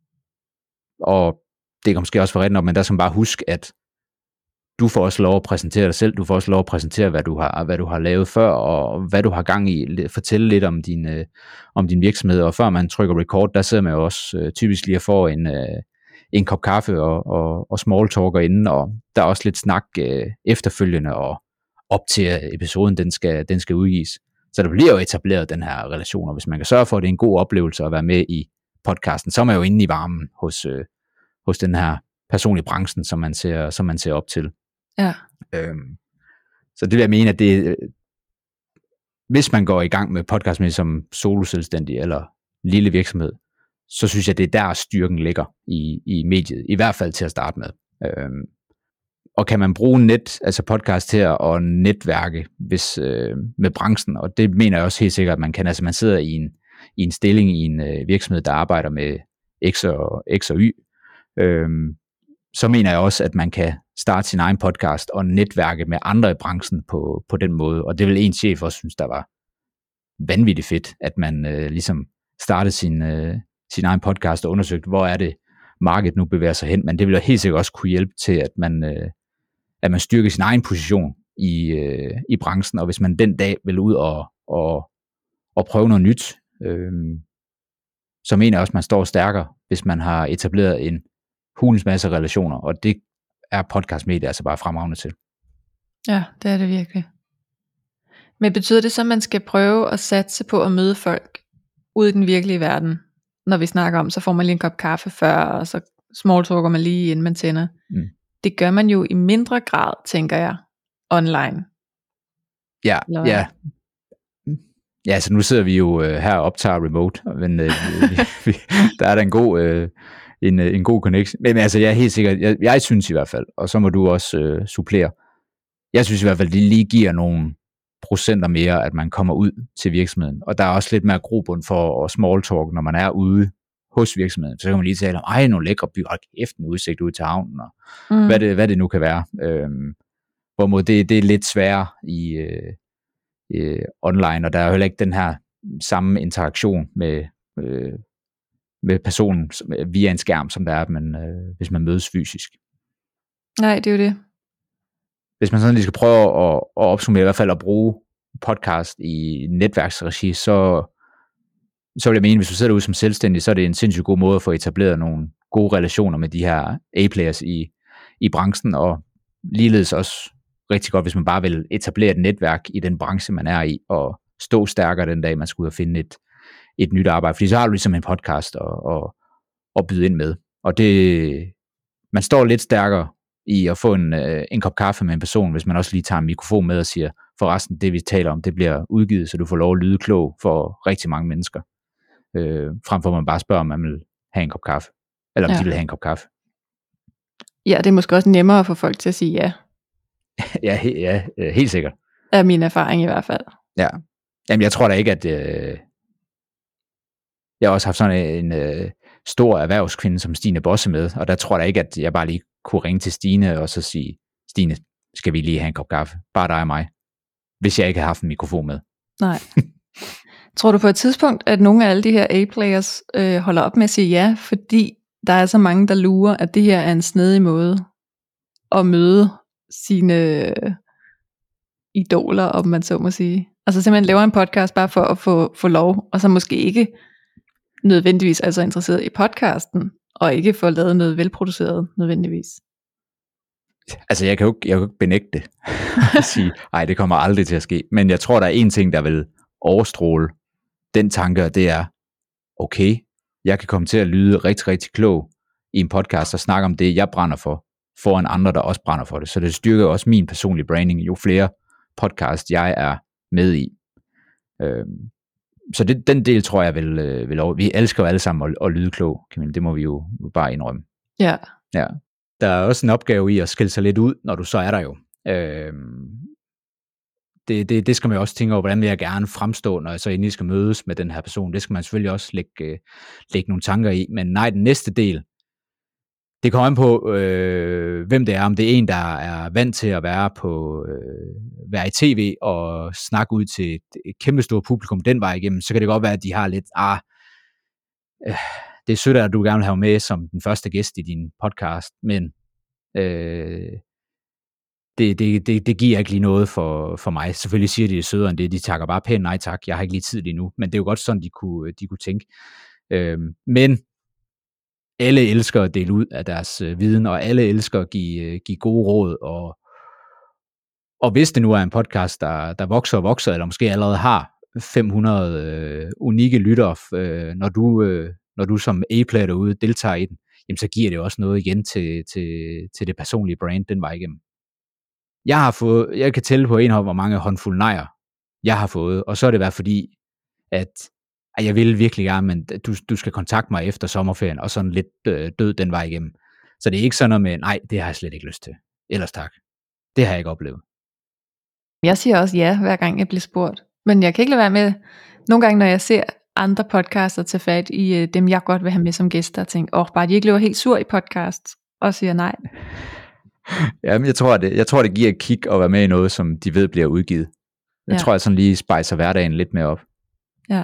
Og det kan måske også være rigtigt, men der skal man bare huske, at du får også lov at præsentere dig selv, du får også lov at præsentere, hvad du har, hvad du har lavet før, og hvad du har gang i, fortælle lidt om din, øh, om din virksomhed, og før man trykker record, der sidder man jo også øh, typisk lige at få en, øh, en kop kaffe og, og, og small talker inden, og der er også lidt snak øh, efterfølgende, og op til episoden, den skal, den skal udgives. Så der bliver jo etableret den her relation, og hvis man kan sørge for, at det er en god oplevelse at være med i podcasten, så er man jo inde i varmen hos, øh, hos den her person i branchen, som man ser, som man ser op til. Ja. Øhm, så det vil jeg mene, at det, hvis man går i gang med podcast med som soloselvstændig eller lille virksomhed, så synes jeg, det er der styrken ligger i, i mediet, i hvert fald til at starte med. Øhm, og kan man bruge net, altså podcast til at netværke hvis, øh, med branchen, og det mener jeg også helt sikkert, at man kan. Altså man sidder i en, i en stilling i en øh, virksomhed, der arbejder med X og, X og Y, øh, så mener jeg også, at man kan starte sin egen podcast og netværke med andre i branchen på, på den måde, og det vil en chef også synes, der var vanvittigt fedt, at man øh, ligesom startede sin, øh, sin egen podcast og undersøgte, hvor er det markedet nu bevæger sig hen, men det vil jo helt sikkert også kunne hjælpe til, at man, øh, at man styrker sin egen position i, øh, i branchen, og hvis man den dag vil ud og, og, og prøve noget nyt, øh, så mener jeg også, at man står stærkere, hvis man har etableret en hulens masse relationer, og det er podcastmedier altså bare fremragende til. Ja, det er det virkelig. Men betyder det så, at man skal prøve at satse på at møde folk ude i den virkelige verden? Når vi snakker om, så får man lige en kop kaffe før, og så smalltalker man lige, inden man tænder. Mm. Det gør man jo i mindre grad, tænker jeg, online. Ja, ja. Ja, så nu sidder vi jo øh, her og optager remote, men øh, vi, der er der en god, øh, en, en god connection. Men altså, jeg er helt sikker, jeg, jeg synes i hvert fald, og så må du også øh, supplere. Jeg synes i hvert fald, det lige giver nogle procenter mere, at man kommer ud til virksomheden. Og der er også lidt mere grobund for at small talk, når man er ude hos virksomheden. Så kan man lige tale om, ej, nogle lækre byer, efter en udsigt ud til havnen, og mm. hvad, det, hvad det nu kan være. Øhm, hvorimod det, det er lidt sværere i øh, øh, online, og der er jo heller ikke den her samme interaktion med, øh, med personen via en skærm, som der er, men, øh, hvis man mødes fysisk. Nej, det er jo det. Hvis man sådan lige skal prøve at, at opsummere, i hvert fald at bruge podcast i netværksregi, så, så vil jeg mene, hvis du sidder ude som selvstændig, så er det en sindssygt god måde at få etableret nogle gode relationer med de her A-players i, i branchen, og ligeledes også rigtig godt, hvis man bare vil etablere et netværk i den branche, man er i, og stå stærkere den dag, man skal ud og finde et, et nyt arbejde. Fordi så har du ligesom en podcast at, at, at byde ind med. Og det, man står lidt stærkere i at få en, øh, en kop kaffe med en person, hvis man også lige tager en mikrofon med og siger, forresten, det vi taler om, det bliver udgivet, så du får lov at lyde klog for rigtig mange mennesker. Øh, frem for at man bare spørger, om man vil have en kop kaffe. Eller om ja. de vil have en kop kaffe. Ja, det er måske også nemmere for folk til at sige ja. ja, he, ja, helt sikkert. Er min erfaring i hvert fald. Ja. Jamen, jeg tror da ikke, at... Øh, jeg har også haft sådan en øh, stor erhvervskvinde som Stine Bosse med, og der tror jeg da ikke, at jeg bare lige kunne ringe til Stine og så sige, Stine, skal vi lige have en kop kaffe? Bare dig og mig. Hvis jeg ikke har haft en mikrofon med. Nej. Tror du på et tidspunkt, at nogle af alle de her A-players øh, holder op med at sige ja, fordi der er så mange, der lurer, at det her er en snedig måde at møde sine øh, idoler, om man så må sige. Altså simpelthen laver en podcast bare for at få, få lov, og så måske ikke nødvendigvis altså interesseret i podcasten, og ikke få lavet noget velproduceret nødvendigvis. Altså jeg kan jo ikke, jeg kan jo ikke benægte det. sige, ej, det kommer aldrig til at ske. Men jeg tror, der er en ting, der vil overstråle den tanke, og det er, okay, jeg kan komme til at lyde rigtig, rigtig klog i en podcast og snakke om det, jeg brænder for, foran andre, der også brænder for det. Så det styrker også min personlige branding, jo flere podcast jeg er med i. Øhm, så det, den del tror jeg vil, vil over. Vi elsker jo alle sammen at, at lyde klog, Camille. Det må vi jo bare indrømme. Ja. Ja. Der er også en opgave i at skille sig lidt ud, når du så er der jo. Øhm, det, det, det skal man jo også tænke over, hvordan vil jeg gerne fremstå, når jeg så endelig skal mødes med den her person. Det skal man selvfølgelig også lægge, lægge nogle tanker i. Men nej, den næste del, det kommer an på, øh, hvem det er. Om det er en, der er vant til at være på øh, være i tv og snakke ud til et, et kæmpestort publikum den vej igennem, så kan det godt være, at de har lidt, ah, øh, det er sødt, at du gerne vil have med som den første gæst i din podcast, men øh, det, det, det, det giver ikke lige noget for, for mig. Selvfølgelig siger de det sødere end det, de takker bare pænt nej tak, jeg har ikke lige tid lige nu, men det er jo godt sådan, de kunne, de kunne tænke. Øh, men alle elsker at dele ud af deres øh, viden, og alle elsker at give, øh, give gode råd, og, og hvis det nu er en podcast, der, der vokser og vokser, eller måske allerede har fem hundrede øh, unikke lyttere, øh, når, du, øh, når du som A-player derude deltager i den, jamen så giver det jo også noget igen til, til, til det personlige brand den vej igennem. Jeg har fået, jeg kan tælle på en hånd, hvor mange håndfulde nejer jeg har fået, og så er det været fordi, at jeg vil virkelig gerne, men du, du skal kontakte mig efter sommerferien, og sådan lidt øh, død den vej igennem. Så det er ikke sådan noget med, nej, det har jeg slet ikke lyst til. ellers tak. Det har jeg ikke oplevet. Jeg siger også ja, hver gang jeg bliver spurgt. Men jeg kan ikke lade være med, nogle gange når jeg ser andre podcaster tage fat i øh, dem, jeg godt vil have med som gæster, og tænke, åh, oh, bare de ikke løber helt sur i podcast, og siger nej. Jamen, jeg tror, det, jeg tror, det giver et kick at være med i noget, som de ved bliver udgivet. Jeg ja. tror, jeg sådan lige spejser hverdagen lidt mere op. Ja.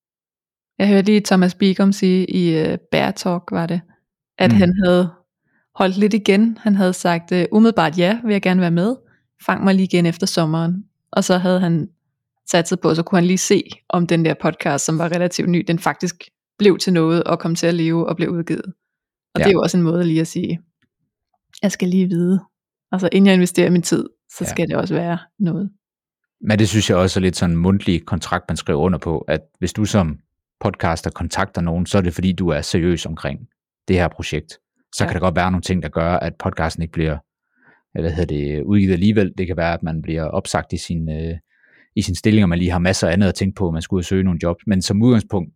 Jeg hørte lige Thomas Bigum sige i uh, Bear Talk, var det, at mm. han havde holdt lidt igen. Han havde sagt, uh, umiddelbart ja, vil jeg gerne være med. Fang mig lige igen efter sommeren. Og så havde han satset på, så kunne han lige se, om den der podcast, som var relativt ny, den faktisk blev til noget, og kom til at leve, og blev udgivet. Og ja. det er jo også en måde lige at sige, jeg skal lige vide, altså inden jeg investerer min tid, så ja. skal det også være noget. Men det synes jeg også er lidt sådan en mundtlig kontrakt, man skriver under på, at hvis du som podcaster kontakter nogen, så er det fordi, du er seriøs omkring det her projekt. Så ja. kan der godt være nogle ting, der gør, at podcasten ikke bliver hvad hedder det, udgivet alligevel. Det kan være, at man bliver opsagt i sin, øh, i sin stilling, og man lige har masser af andet at tænke på, at man skulle søge nogle jobs. Men som udgangspunkt,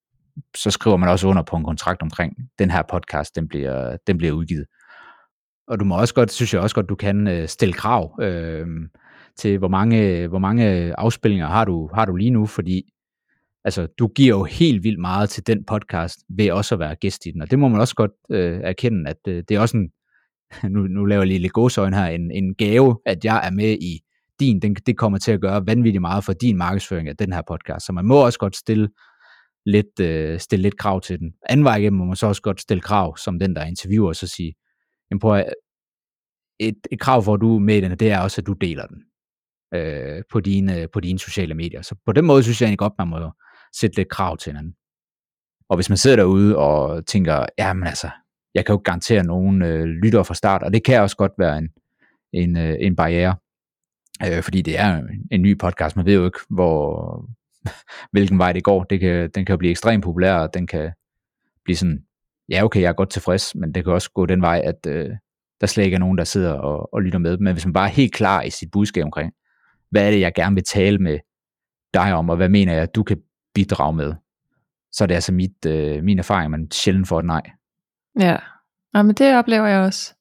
så skriver man også under på en kontrakt omkring, den her podcast, den bliver, den bliver udgivet. Og du må også godt, synes jeg også godt, du kan øh, stille krav øh, til, hvor mange, hvor mange afspilninger har du, har du lige nu, fordi altså, du giver jo helt vildt meget til den podcast, ved også at være gæst i den, og det må man også godt øh, erkende, at øh, det er også en, nu, nu laver jeg lige lidt gåseøjne her, en, en gave, at jeg er med i din, den, det kommer til at gøre vanvittigt meget for din markedsføring af den her podcast, så man må også godt stille lidt, øh, stille lidt krav til den. Anden vej igennem må man så også godt stille krav, som den der interviewer, og så sige, jamen prøv at, et, et krav for, at du er med i den, det er også, at du deler den øh, på, dine, på dine sociale medier. Så på den måde synes jeg egentlig godt, man må sætte lidt krav til hinanden. Og hvis man sidder derude og tænker, jamen altså, jeg kan jo garantere nogen øh, lyttere fra start, og det kan også godt være en, en, øh, en barriere, øh, fordi det er en, en ny podcast, man ved jo ikke, hvor, hvilken vej det går. Det kan, den kan jo blive ekstremt populær, og den kan blive sådan, ja okay, jeg er godt tilfreds, men det kan også gå den vej, at øh, der slet ikke er nogen, der sidder og, og lytter med. Men hvis man bare er helt klar i sit budskab omkring, hvad er det, jeg gerne vil tale med dig om, og hvad mener jeg, at du kan bidrage med, så er det altså mit, øh, min erfaring, man sjældent får et nej. Ja, ja, men det oplever jeg også.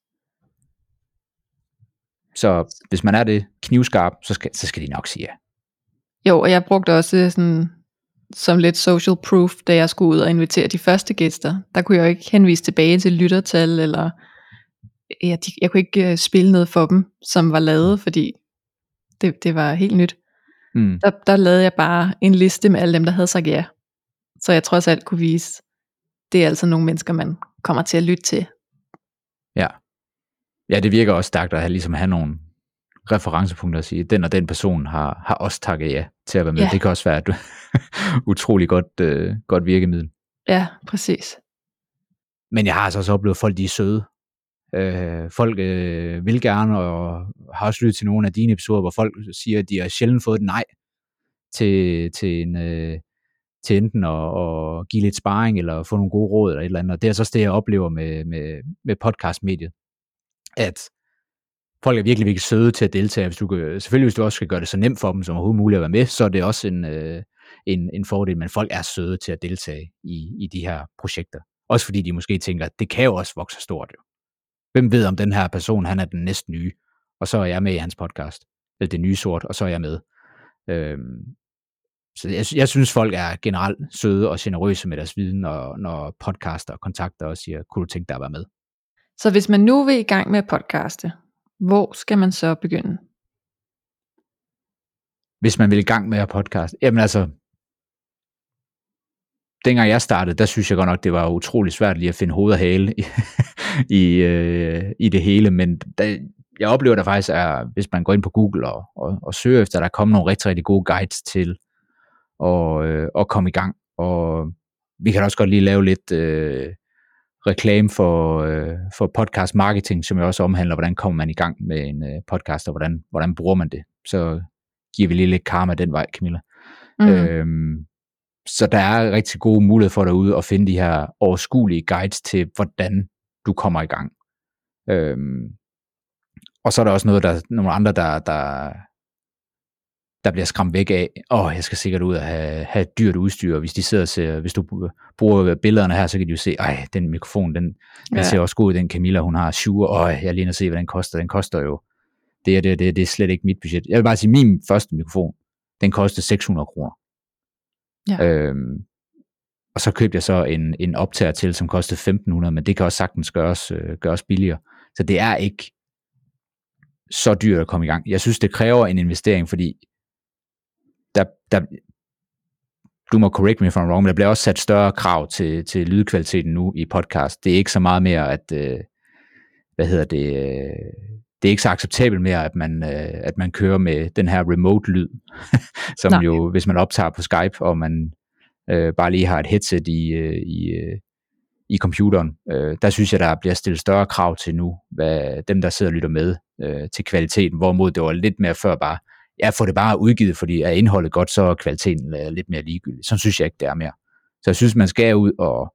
Så hvis man er det knivskarp, så skal, så skal de nok sige ja. Jo, og jeg brugte også sådan, som lidt social proof, da jeg skulle ud og invitere de første gæster. Der kunne jeg jo ikke henvise tilbage til lyttertal, eller ja, de, jeg kunne ikke spille noget for dem, som var lavet, fordi det, det var helt nyt. Mm. Der, der lavede jeg bare en liste med alle dem, der havde sagt ja. Så jeg trods alt kunne vise, det er altså nogle mennesker, man kommer til at lytte til. Ja, ja det virker også stærkt at have, ligesom have nogle referencepunkter at sige, den og den person har, har også takket ja til at være med. Ja. Det kan også være et utrolig godt, øh, godt virkemiddel. Ja, præcis. Men jeg har altså også oplevet, at folk de er søde. Øh, folk øh, vil gerne, og har også lyttet til nogle af dine episoder, hvor folk siger, at de har sjældent fået et nej til, til, en, øh, til enten at, at give lidt sparring, eller få nogle gode råd, eller et eller andet. Og det er så også det, jeg oplever med, med, med podcastmediet. At folk er virkelig, virkelig søde til at deltage. Hvis du, selvfølgelig, hvis du også skal gøre det så nemt for dem, som overhovedet muligt at være med, så er det også en, øh, en, en fordel, men folk er søde til at deltage i, i de her projekter. Også fordi de måske tænker, at det kan jo også vokse stort. Jo. Hvem ved, om den her person, han er den næste nye, og så er jeg med i hans podcast, eller det nye sort, og så er jeg med. Øhm, så jeg, jeg synes, folk er generelt søde og generøse med deres viden, og når podcaster og kontakter og siger, kunne du tænke dig at være med? Så hvis man nu vil i gang med at podcaste, hvor skal man så begynde? Hvis man vil i gang med at podcaste, jamen altså, dengang jeg startede, der synes jeg godt nok, det var utrolig svært lige at finde hoved og hale i, i, øh, i det hele, men der, jeg oplever der faktisk er, hvis man går ind på Google og, og, og søger efter, der kommer nogle rigtig, rigtig gode guides til at, øh, at komme i gang, og vi kan også godt lige lave lidt øh, reklame for, øh, for podcast marketing, som jo også omhandler, hvordan kommer man i gang med en øh, podcast, og hvordan, hvordan bruger man det, så giver vi lige lidt karma den vej, Camilla. Mm. Øhm, Så der er rigtig gode muligheder for derude at finde de her overskuelige guides til, hvordan du kommer i gang. Øhm, og så er der også noget, der nogle andre, der, der der bliver skræmt væk af, åh, oh, jeg skal sikkert ud og have, have dyrt udstyr, og hvis de sidder og ser, hvis du bruger billederne her, så kan de jo se, ej, den mikrofon, den, den ja. ser også god ud, den Camilla, hun har Shure, og jeg lige at se, hvad den koster, den koster jo, det er, det, det, det er slet ikke mit budget. Jeg vil bare sige, min første mikrofon, den kostede seks hundrede kroner. Ja. Øhm, og så købte jeg så en, en optager til, som kostede femten hundrede, men det kan også sagtens gøres, øh, gøres billigere. Så det er ikke så dyrt at komme i gang. Jeg synes, det kræver en investering, fordi der, der, du må correct me if I'm wrong, men der bliver også sat større krav til, til lydkvaliteten nu i podcast. Det er ikke så meget mere, at, øh, hvad hedder det, øh, det er ikke så acceptabelt mere, at man, øh, at man kører med den her remote lyd, som Nej. jo, hvis man optager på Skype, og man øh, bare lige har et headset i, øh, i, øh, i computeren, øh, der synes jeg, der bliver stillet større krav til nu, hvad dem, der sidder og lytter med øh, til kvaliteten, hvorimod det var lidt mere før bare, jeg får det bare udgivet, fordi er indholdet godt, så er kvaliteten øh, lidt mere ligegyldig. Så synes jeg ikke, det er mere. Så jeg synes, man skal ud og,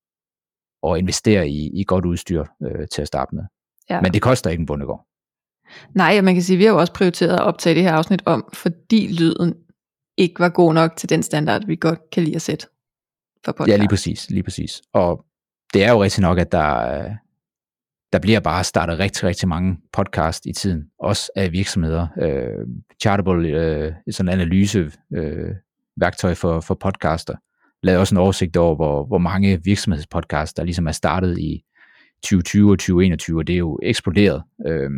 og investere i, i godt udstyr øh, til at starte med. Ja. Men det koster ikke en bondegård. Nej, og man kan sige, at vi har jo også prioriteret at optage det her afsnit om, fordi lyden ikke var god nok til den standard, vi godt kan lide at sætte for podcast. Ja, lige præcis, lige præcis. Og det er jo rigtig nok, at der, der bliver bare startet rigtig, rigtig mange podcast i tiden, også af virksomheder. Øh, Chartable, øh, sådan en analyse øh, værktøj for, for podcaster, lavede også en oversigt over, hvor, hvor mange virksomhedspodcasts, der ligesom er startet i tyve tyve og tyve enogtyve, og det er jo eksploderet, øh,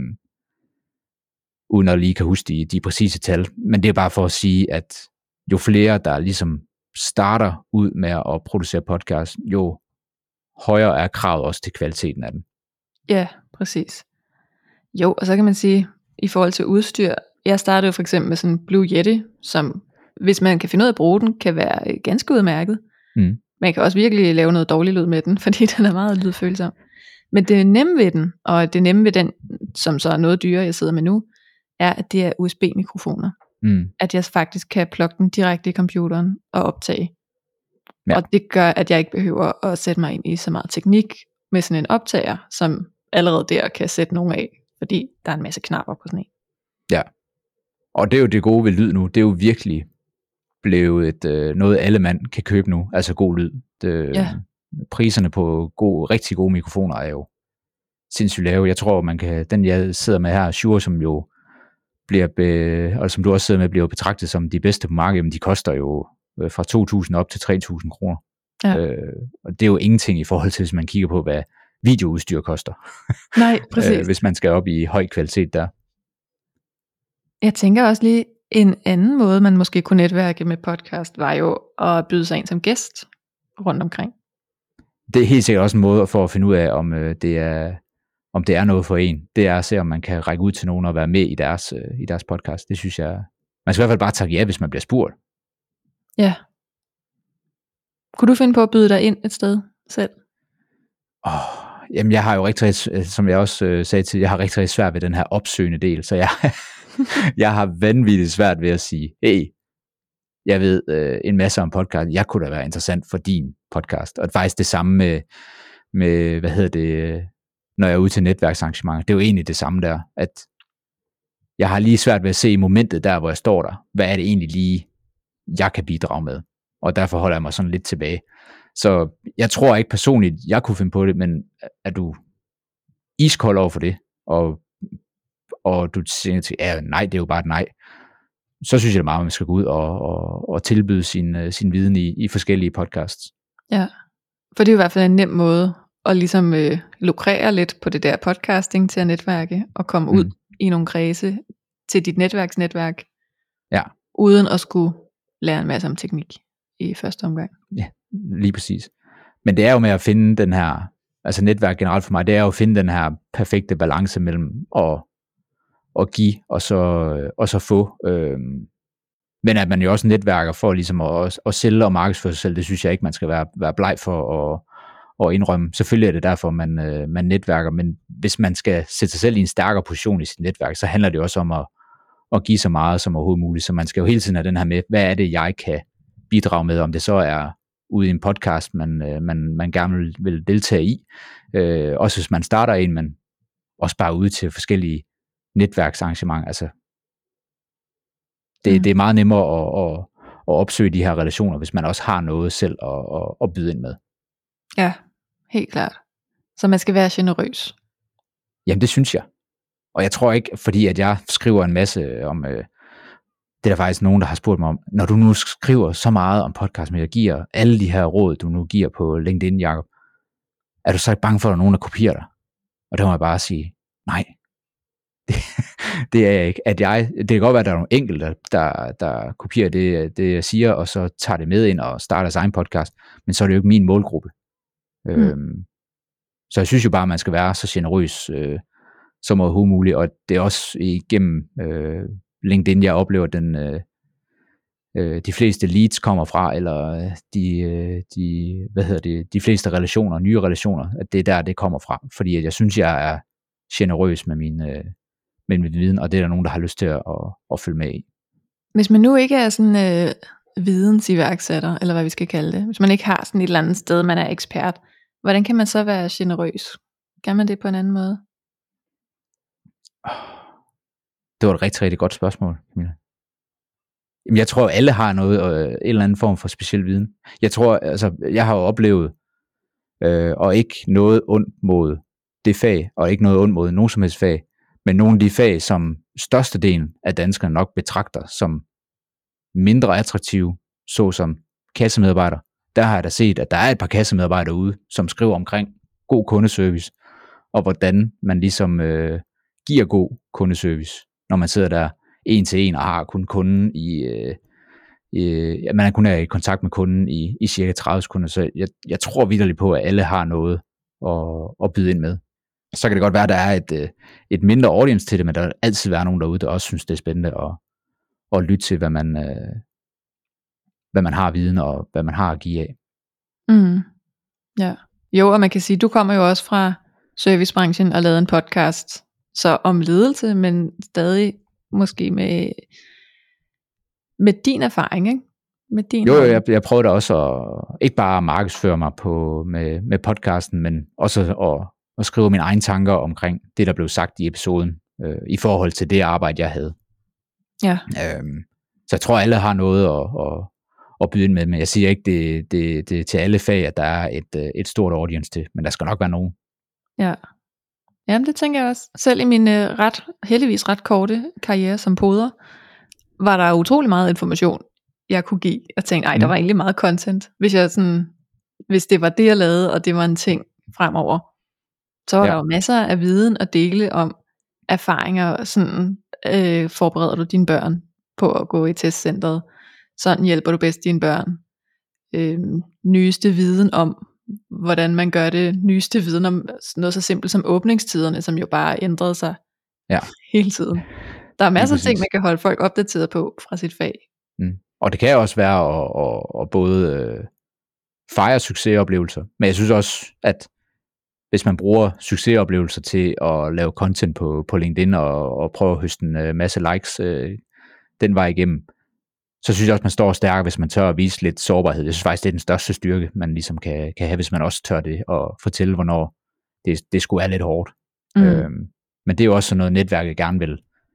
uden at lige kan huske de, de præcise tal. Men det er bare for at sige, at jo flere, der ligesom starter ud med at producere podcast, jo højere er kravet også til kvaliteten af den. Ja, præcis. Jo, og så kan man sige, i forhold til udstyr, jeg startede jo for eksempel med sådan en Blue Yeti, som, hvis man kan finde ud af at bruge den, kan være ganske udmærket. Mm. Man kan også virkelig lave noget dårligt lyd med den, fordi den er meget lydfølsom. Men det nemme ved den, og det nemme ved den, som så er noget dyrere, jeg sidder med nu, er, at det er U S B-mikrofoner. Mm. At jeg faktisk kan plukke den direkte i computeren og optage. Ja. Og det gør, at jeg ikke behøver at sætte mig ind i så meget teknik med sådan en optager, som allerede der kan sætte nogen af, fordi der er en masse knapper på sådan en. Ja, og det er jo det gode ved lyd nu. Det er jo virkelig blevet et, øh, noget, alle mand kan købe nu, altså god lyd. Det, ja. Priserne på gode, rigtig gode mikrofoner er jo sindssygt lave. Jeg tror, man kan, den jeg sidder med her, Shure, som jo bliver, be, og som du også sidder med, bliver betragtet som de bedste på markedet, men de koster jo fra to tusind op til tre tusind kroner. Ja. Øh, og det er jo ingenting i forhold til, hvis man kigger på, hvad videoudstyr koster. Nej, præcis. øh, hvis man skal op i høj kvalitet der. Jeg tænker også lige, en anden måde, man måske kunne netværke med podcast, var jo at byde sig ind som gæst rundt omkring. Det er helt sikkert også en måde for at finde ud af, om øh, det er om det er noget for en. Det er at se, om man kan række ud til nogen og være med i deres, øh, i deres podcast. Det synes jeg, man skal i hvert fald bare takke ja, hvis man bliver spurgt. Ja. Kunne du finde på at byde dig ind et sted selv? Oh, jamen, jeg har jo rigtig, som jeg også øh, sagde til, jeg har rigtig, rigtig svært ved den her opsøgende del, så jeg, jeg har vanvittigt svært ved at sige, hey, jeg ved øh, en masse om podcast, jeg kunne da være interessant for din podcast. Og faktisk det samme med, med hvad hedder det, når jeg er ude til netværksarrangementer. Det er jo egentlig det samme der, at jeg har lige svært ved at se i momentet der, hvor jeg står der, hvad er det egentlig lige, jeg kan bidrage med. Og derfor holder jeg mig sådan lidt tilbage. Så jeg tror ikke personligt, jeg kunne finde på det, men er du iskold over for det, og, og du siger til, ja, nej, det er jo bare et nej, så synes jeg det meget, at man skal gå ud og, og, og tilbyde sin, sin viden i, i forskellige podcasts. Ja, for det er i hvert fald en nem måde at ligesom øh, lukrere lidt på det der podcasting til at netværke, og komme mm. ud i nogle kredse til dit netværksnetværk, ja. Uden at skulle lære en masse om teknik i første omgang. Ja, lige præcis. Men det er jo med at finde den her, altså netværk generelt for mig, det er jo at finde den her perfekte balance mellem at, at give og så, og så få. Øhm, men at man jo også netværker for ligesom at, at sælge og markedsføre sig selv, det synes jeg ikke, man skal være, være bleg for at, at indrømme. Selvfølgelig er det derfor, man, man netværker, men hvis man skal sætte sig selv i en stærkere position i sit netværk, så handler det også om at, at give så meget som overhovedet muligt. Så man skal jo hele tiden have den her med, hvad er det, jeg kan bidrage med, om det så er ude i en podcast, man, man, man gerne vil, vil deltage i. Øh, også hvis man starter en, men også bare ude til forskellige netværksarrangementer. Altså, Det, Mm. det er meget nemmere at, at, at opsøge de her relationer, hvis man også har noget selv at, at, at byde ind med. Ja, helt klart. Så man skal være generøs. Jamen det synes jeg. Og jeg tror ikke, fordi at jeg skriver en masse om, øh, det er der faktisk nogen, der har spurgt mig om, når du nu skriver så meget om podcast, men jeg giver alle de her råd, du nu giver på LinkedIn, Jacob, er du så ikke bange for, at der er nogen, der kopierer dig? Og der må jeg bare sige, nej, det, det er jeg ikke. At jeg, det kan godt være, at der er nogle enkelte, der, der kopierer det, det, jeg siger, og så tager det med ind og starter deres egen podcast, men så er det jo ikke min målgruppe. Mm. Øhm, så jeg synes jo bare, at man skal være så generøs øh, som overhovedet muligt, og det er også igennem øh, LinkedIn, jeg oplever, den øh, øh, de fleste leads kommer fra, eller de, øh, de, hvad hedder det, de fleste relationer, nye relationer, at det er der, det kommer fra, fordi at jeg synes, jeg er generøs med min, øh, med min viden, og det er der nogen, der har lyst til at, at, at følge med i. Hvis man nu ikke er sådan øh, vidensiværksætter, eller hvad vi skal kalde det, hvis man ikke har sådan et eller andet sted, man er ekspert, hvordan kan man så være generøs? Kan man det på en anden måde? Det var et rigtig, rigtig godt spørgsmål, Camilla. Jamen, jeg tror, alle har noget, øh, en eller anden form for speciel viden. Jeg tror, altså, jeg har jo oplevet, øh, og ikke noget ondt mod det fag, og ikke noget ondt mod nogen som helst fag, men nogle af de fag, som størstedelen af danskerne nok betragter som mindre attraktive, såsom kassemedarbejder. Der har jeg da set, at der er et par kassemedarbejdere ude, som skriver omkring god kundeservice, og hvordan man ligesom øh, giver god kundeservice, når man sidder der en til en og har kun kunden i, øh, øh, man er kun er i kontakt med kunden i, i cirka tredive sekunder, så jeg, jeg tror vitterligt på, at alle har noget at, at byde ind med. Så kan det godt være, at der er et, et mindre audience til det, men der vil altid være nogen derude, der også synes, det er spændende at, at lytte til, hvad man, øh, hvad man har viden og hvad man har at give af. Mm. Ja. Jo, og man kan sige, du kommer jo også fra servicebranchen og lavede en podcast, så om ledelse, men stadig måske med, med din erfaring, ikke? Med din jo, jo, jeg, jeg prøvede da også at, ikke bare at markedsføre mig på, med, med podcasten, men også at, at skrive mine egne tanker omkring det, der blev sagt i episoden, øh, i forhold til det arbejde, jeg havde. Ja. Øhm, så jeg tror, alle har noget at, at, at byde ind med, men jeg siger ikke, det, det, det til alle fag, at der er et, et stort audience til, men der skal nok være nogen. Ja. Jamen, det tænker jeg også. Selv i min øh, ret, heldigvis ret korte karriere som poder, var der utrolig meget information, jeg kunne give. Jeg tænkte, ej, der var egentlig meget content. Hvis, jeg sådan, hvis det var det, jeg lavede, og det var en ting fremover, så var ja. der jo masser af viden at dele om erfaringer. Sådan øh, forbereder du dine børn på at gå i testcentret. Sådan hjælper du bedst dine børn. Øh, nyeste viden om, hvordan man gør det, nyeste viden om noget så simpelt som åbningstiderne, som jo bare ændrede sig ja. hele tiden. Der er masser af ting, man kan holde folk opdateret på fra sit fag. Mm. Og det kan også være at, at, at både øh, fejre succesoplevelser, men jeg synes også, at hvis man bruger succesoplevelser til at lave content på, på LinkedIn og, og prøve at høste en øh, masse likes øh, den vej igennem, så synes jeg også, man står stærkere, hvis man tør at vise lidt sårbarhed. Jeg synes faktisk, det er den største styrke, man ligesom kan, kan have, hvis man også tør det, og fortælle, hvornår det, det skulle er lidt hårdt. Mm. Øhm, men det er jo også sådan noget, netværket gerne vil,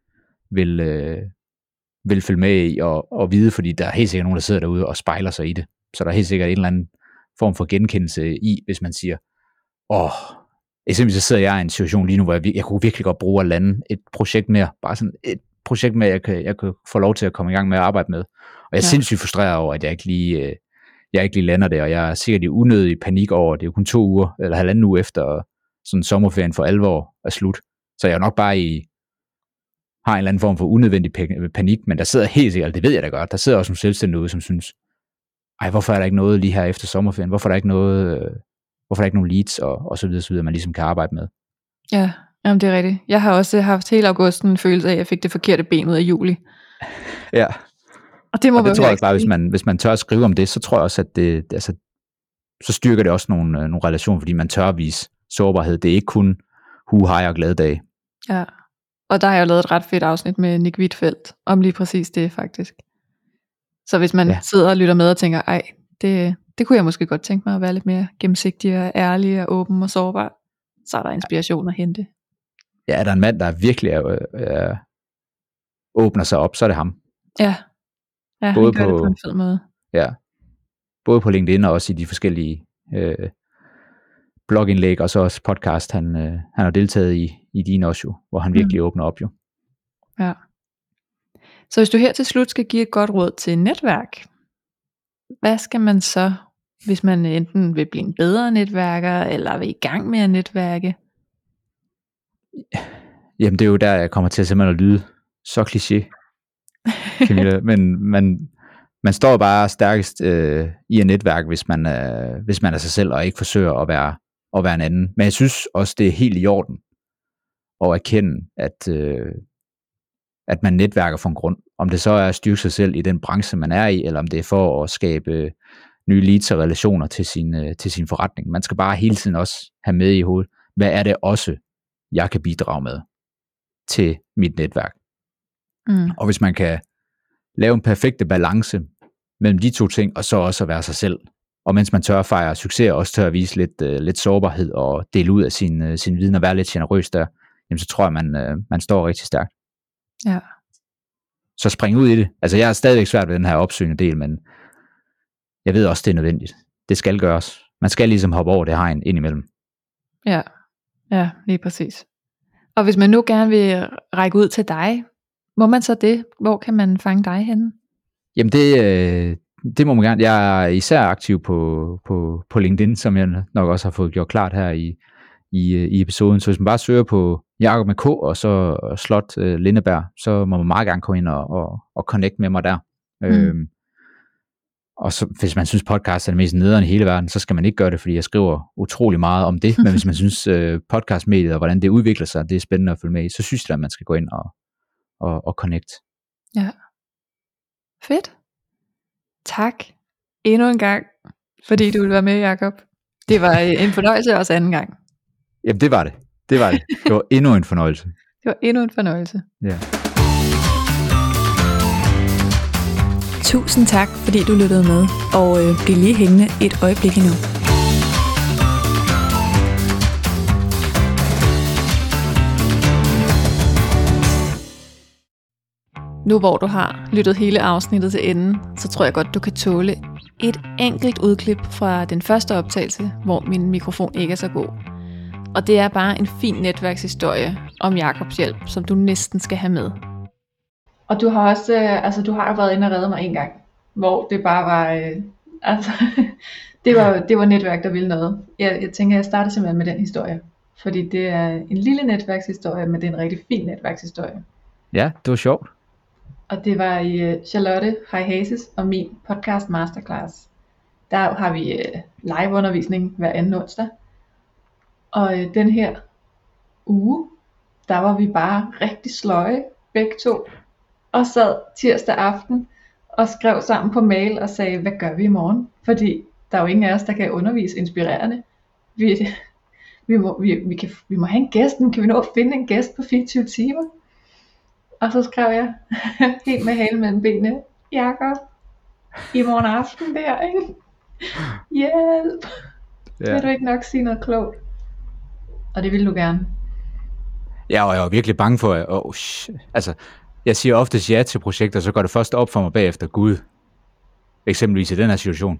vil, øh, vil følge med i, og, og vide, fordi der er helt sikkert nogen, der sidder derude og spejler sig i det. Så der er helt sikkert en eller anden form for genkendelse i, hvis man siger, åh, eksempelvis så sidder jeg i en situation lige nu, hvor jeg, jeg kunne virkelig godt bruge at lande et projekt mere, bare sådan et projekt med, jeg kan, jeg kan få lov til at komme i gang med at arbejde med. Og jeg er ja. sindssygt frustreret over, at jeg ikke lige, øh, jeg ikke lige lander det, og jeg er sikkert i unødig panik over, det er jo kun to uger, eller halvanden uge efter sådan sommerferien for alvor er slut. Så jeg er nok bare i, har en eller anden form for unødvendig panik, men der sidder helt sikkert, det ved jeg da godt, der sidder også nogle selvstændige ude, som synes, ej, hvorfor er der ikke noget lige her efter sommerferien, hvorfor er der ikke noget, øh, hvorfor er der ikke nogen leads, og, og så videre, så videre, man ligesom kan arbejde med. Ja, jamen det er rigtigt. Jeg har også haft hele augusten en følelse af, at jeg fik det forkerte ben ud af juli. Ja. Og det må og det tror jeg bare, hvis man, hvis man tør at skrive om det, så tror jeg også, at det, altså, så styrker det også nogle, nogle relationer, fordi man tør at vise sårbarhed. Det er ikke kun hu, hej og glade dage. Ja, og der har jeg jo lavet et ret fedt afsnit med Nick Wittfeldt, om lige præcis det faktisk. Så hvis man ja. sidder og lytter med og tænker, ej, det, det kunne jeg måske godt tænke mig at være lidt mere gennemsigtig og ærlig og åben og sårbar, så er der inspiration at hente. Ja, er der en mand, der virkelig er, er, åbner sig op, så er det ham. Ja, ja både han gør på, det på en fed måde. Ja, både på LinkedIn og også i de forskellige øh, blogindlæg og så også podcast, han, øh, han har deltaget i, i din også jo, hvor han virkelig mm. åbner op jo. Ja. Så hvis du her til slut skal give et godt råd til netværk, hvad skal man så, hvis man enten vil blive en bedre netværker, eller vil i gang med at netværke? Jamen det er jo der, jeg kommer til simpelthen at lyde så kliché, Camilla. Men man, man står bare stærkest øh, i et netværk, hvis man, øh, hvis man er sig selv, og ikke forsøger at være, at være en anden. Men jeg synes også, det er helt i orden at erkende, at, øh, at man netværker for en grund. Om det så er at styrke sig selv i den branche, man er i, eller om det er for at skabe nye leads og relationer til sin, øh, til sin forretning. Man skal bare hele tiden også have med i hovedet, hvad er det også, jeg kan bidrage med til mit netværk. Mm. Og hvis man kan lave en perfekte balance mellem de to ting, og så også at være sig selv, og mens man tør at fejre succes, og også tør at vise lidt, uh, lidt sårbarhed, og dele ud af sin, uh, sin viden, og være lidt generøs der, jamen så tror jeg, man, uh, man står rigtig stærkt. Ja. Så spring ud i det. Altså jeg er stadigvæk svært ved den her opsøgende del, men jeg ved også, det er nødvendigt. Det skal gøres. Man skal ligesom hoppe over det hegn ind imellem. Ja, ja, lige præcis. Og hvis man nu gerne vil række ud til dig, må man så det? Hvor kan man fange dig henne? Jamen det, øh, det må man gerne. Jeg er især aktiv på, på, på LinkedIn, som jeg nok også har fået gjort klart her i, i, i episoden. Så hvis man bare søger på Jakob med K, og så Slot øh, Lindeberg, så må man meget gerne komme ind og, og, og connect med mig der. Mm. Øhm, og så, hvis man synes podcast er det mest nederen i hele verden, så skal man ikke gøre det, fordi jeg skriver utrolig meget om det. Men hvis man synes øh, podcastmediet og hvordan det udvikler sig, det er spændende at følge med i, så synes jeg, at man skal gå ind og, og, og connect. Ja. Fedt. Tak endnu en gang, fordi du ville være med, Jakob. Det var en fornøjelse også anden gang. Jamen det var det. Det var det. Det var endnu en fornøjelse. Det var endnu en fornøjelse. Ja. Tusind tak, fordi du lyttede med, og øh, bliv lige hængende et øjeblik endnu. Nu hvor du har lyttet hele afsnittet til enden, så tror jeg godt, du kan tåle et enkelt udklip fra den første optagelse, hvor min mikrofon ikke er så god. Og det er bare en fin netværkshistorie om Jakobs hjælp, som du næsten skal have med. Og du har også, øh, altså du har været inde og redde mig en gang, hvor det bare var, øh, altså det var, det var netværk, der ville noget. Jeg, jeg tænker, jeg starter simpelthen med den historie, fordi det er en lille netværkshistorie, men det er en rigtig fin netværkshistorie. Ja, det var sjovt. Og det var i uh, Charlotte Heihases og min podcast masterclass. Der har vi uh, live undervisning hver anden onsdag. Og uh, den her uge, der var vi bare rigtig sløje, begge to. Og sad tirsdag aften og skrev sammen på mail og sagde, hvad gør vi i morgen? Fordi der er jo ingen af os, der kan undervise inspirerende. Vi, vi, må, vi, vi, kan, vi må have en gæst, men kan vi nå at finde en gæst på fireogtyve timer? Og så skrev jeg helt med halen mellem benene, Jakob, i morgen aften der, ikke? Hjælp! Ja. Vil du ikke nok sige noget klogt? Og det ville du gerne. Ja, og jeg var virkelig bange for, at oh, altså, jeg siger oftest ja til projekter, så går det først op for mig bagefter, Gud, eksempelvis i den her situation.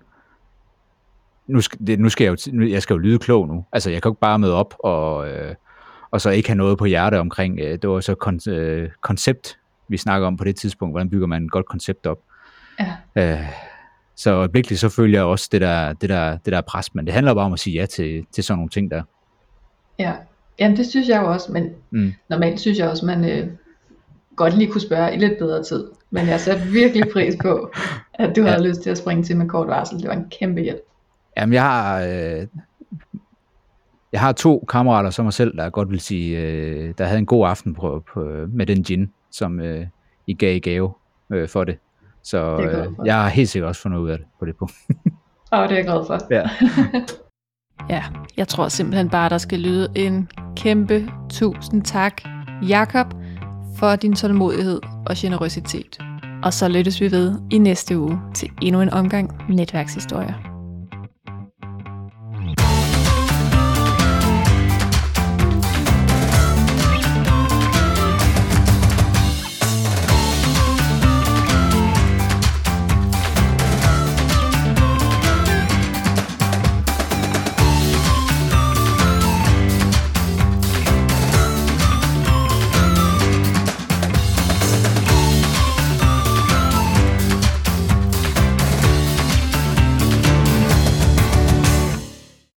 Nu skal, det, nu skal jeg jo, jeg skal jo lyde klog nu. Altså, jeg kan jo ikke bare møde op og... Øh, og så ikke have noget på hjerte omkring, øh, det var så kon- øh, koncept, vi snakker om på det tidspunkt, hvordan bygger man et godt koncept op. Ja. Øh, så øjeblikkeligt så følger jeg også det der, det, der, det der pres, men det handler bare om at sige ja til, til sådan nogle ting der. Ja, jamen det synes jeg jo også, men mm. normalt synes jeg også, man øh, godt lige kunne spørge i lidt bedre tid, men jeg satte virkelig pris på, at du ja. havde lyst til at springe til med kort varsel, det var en kæmpe hjælp. Jamen jeg har... Øh, Jeg har to kammerater som mig selv, der godt vil sige, øh, der havde en god aften på, på, med den gin, som øh, I gav i gave øh, for det. Så det øh, jeg har helt sikkert også fundet ud af det på det punkt. Åh, oh, det er jeg glad for. Ja. Ja, jeg tror simpelthen bare, der skal lyde en kæmpe tusind tak, Jakob, for din tålmodighed og generøsitet. Og så lyttes vi ved i næste uge til endnu en omgang netværkshistorier.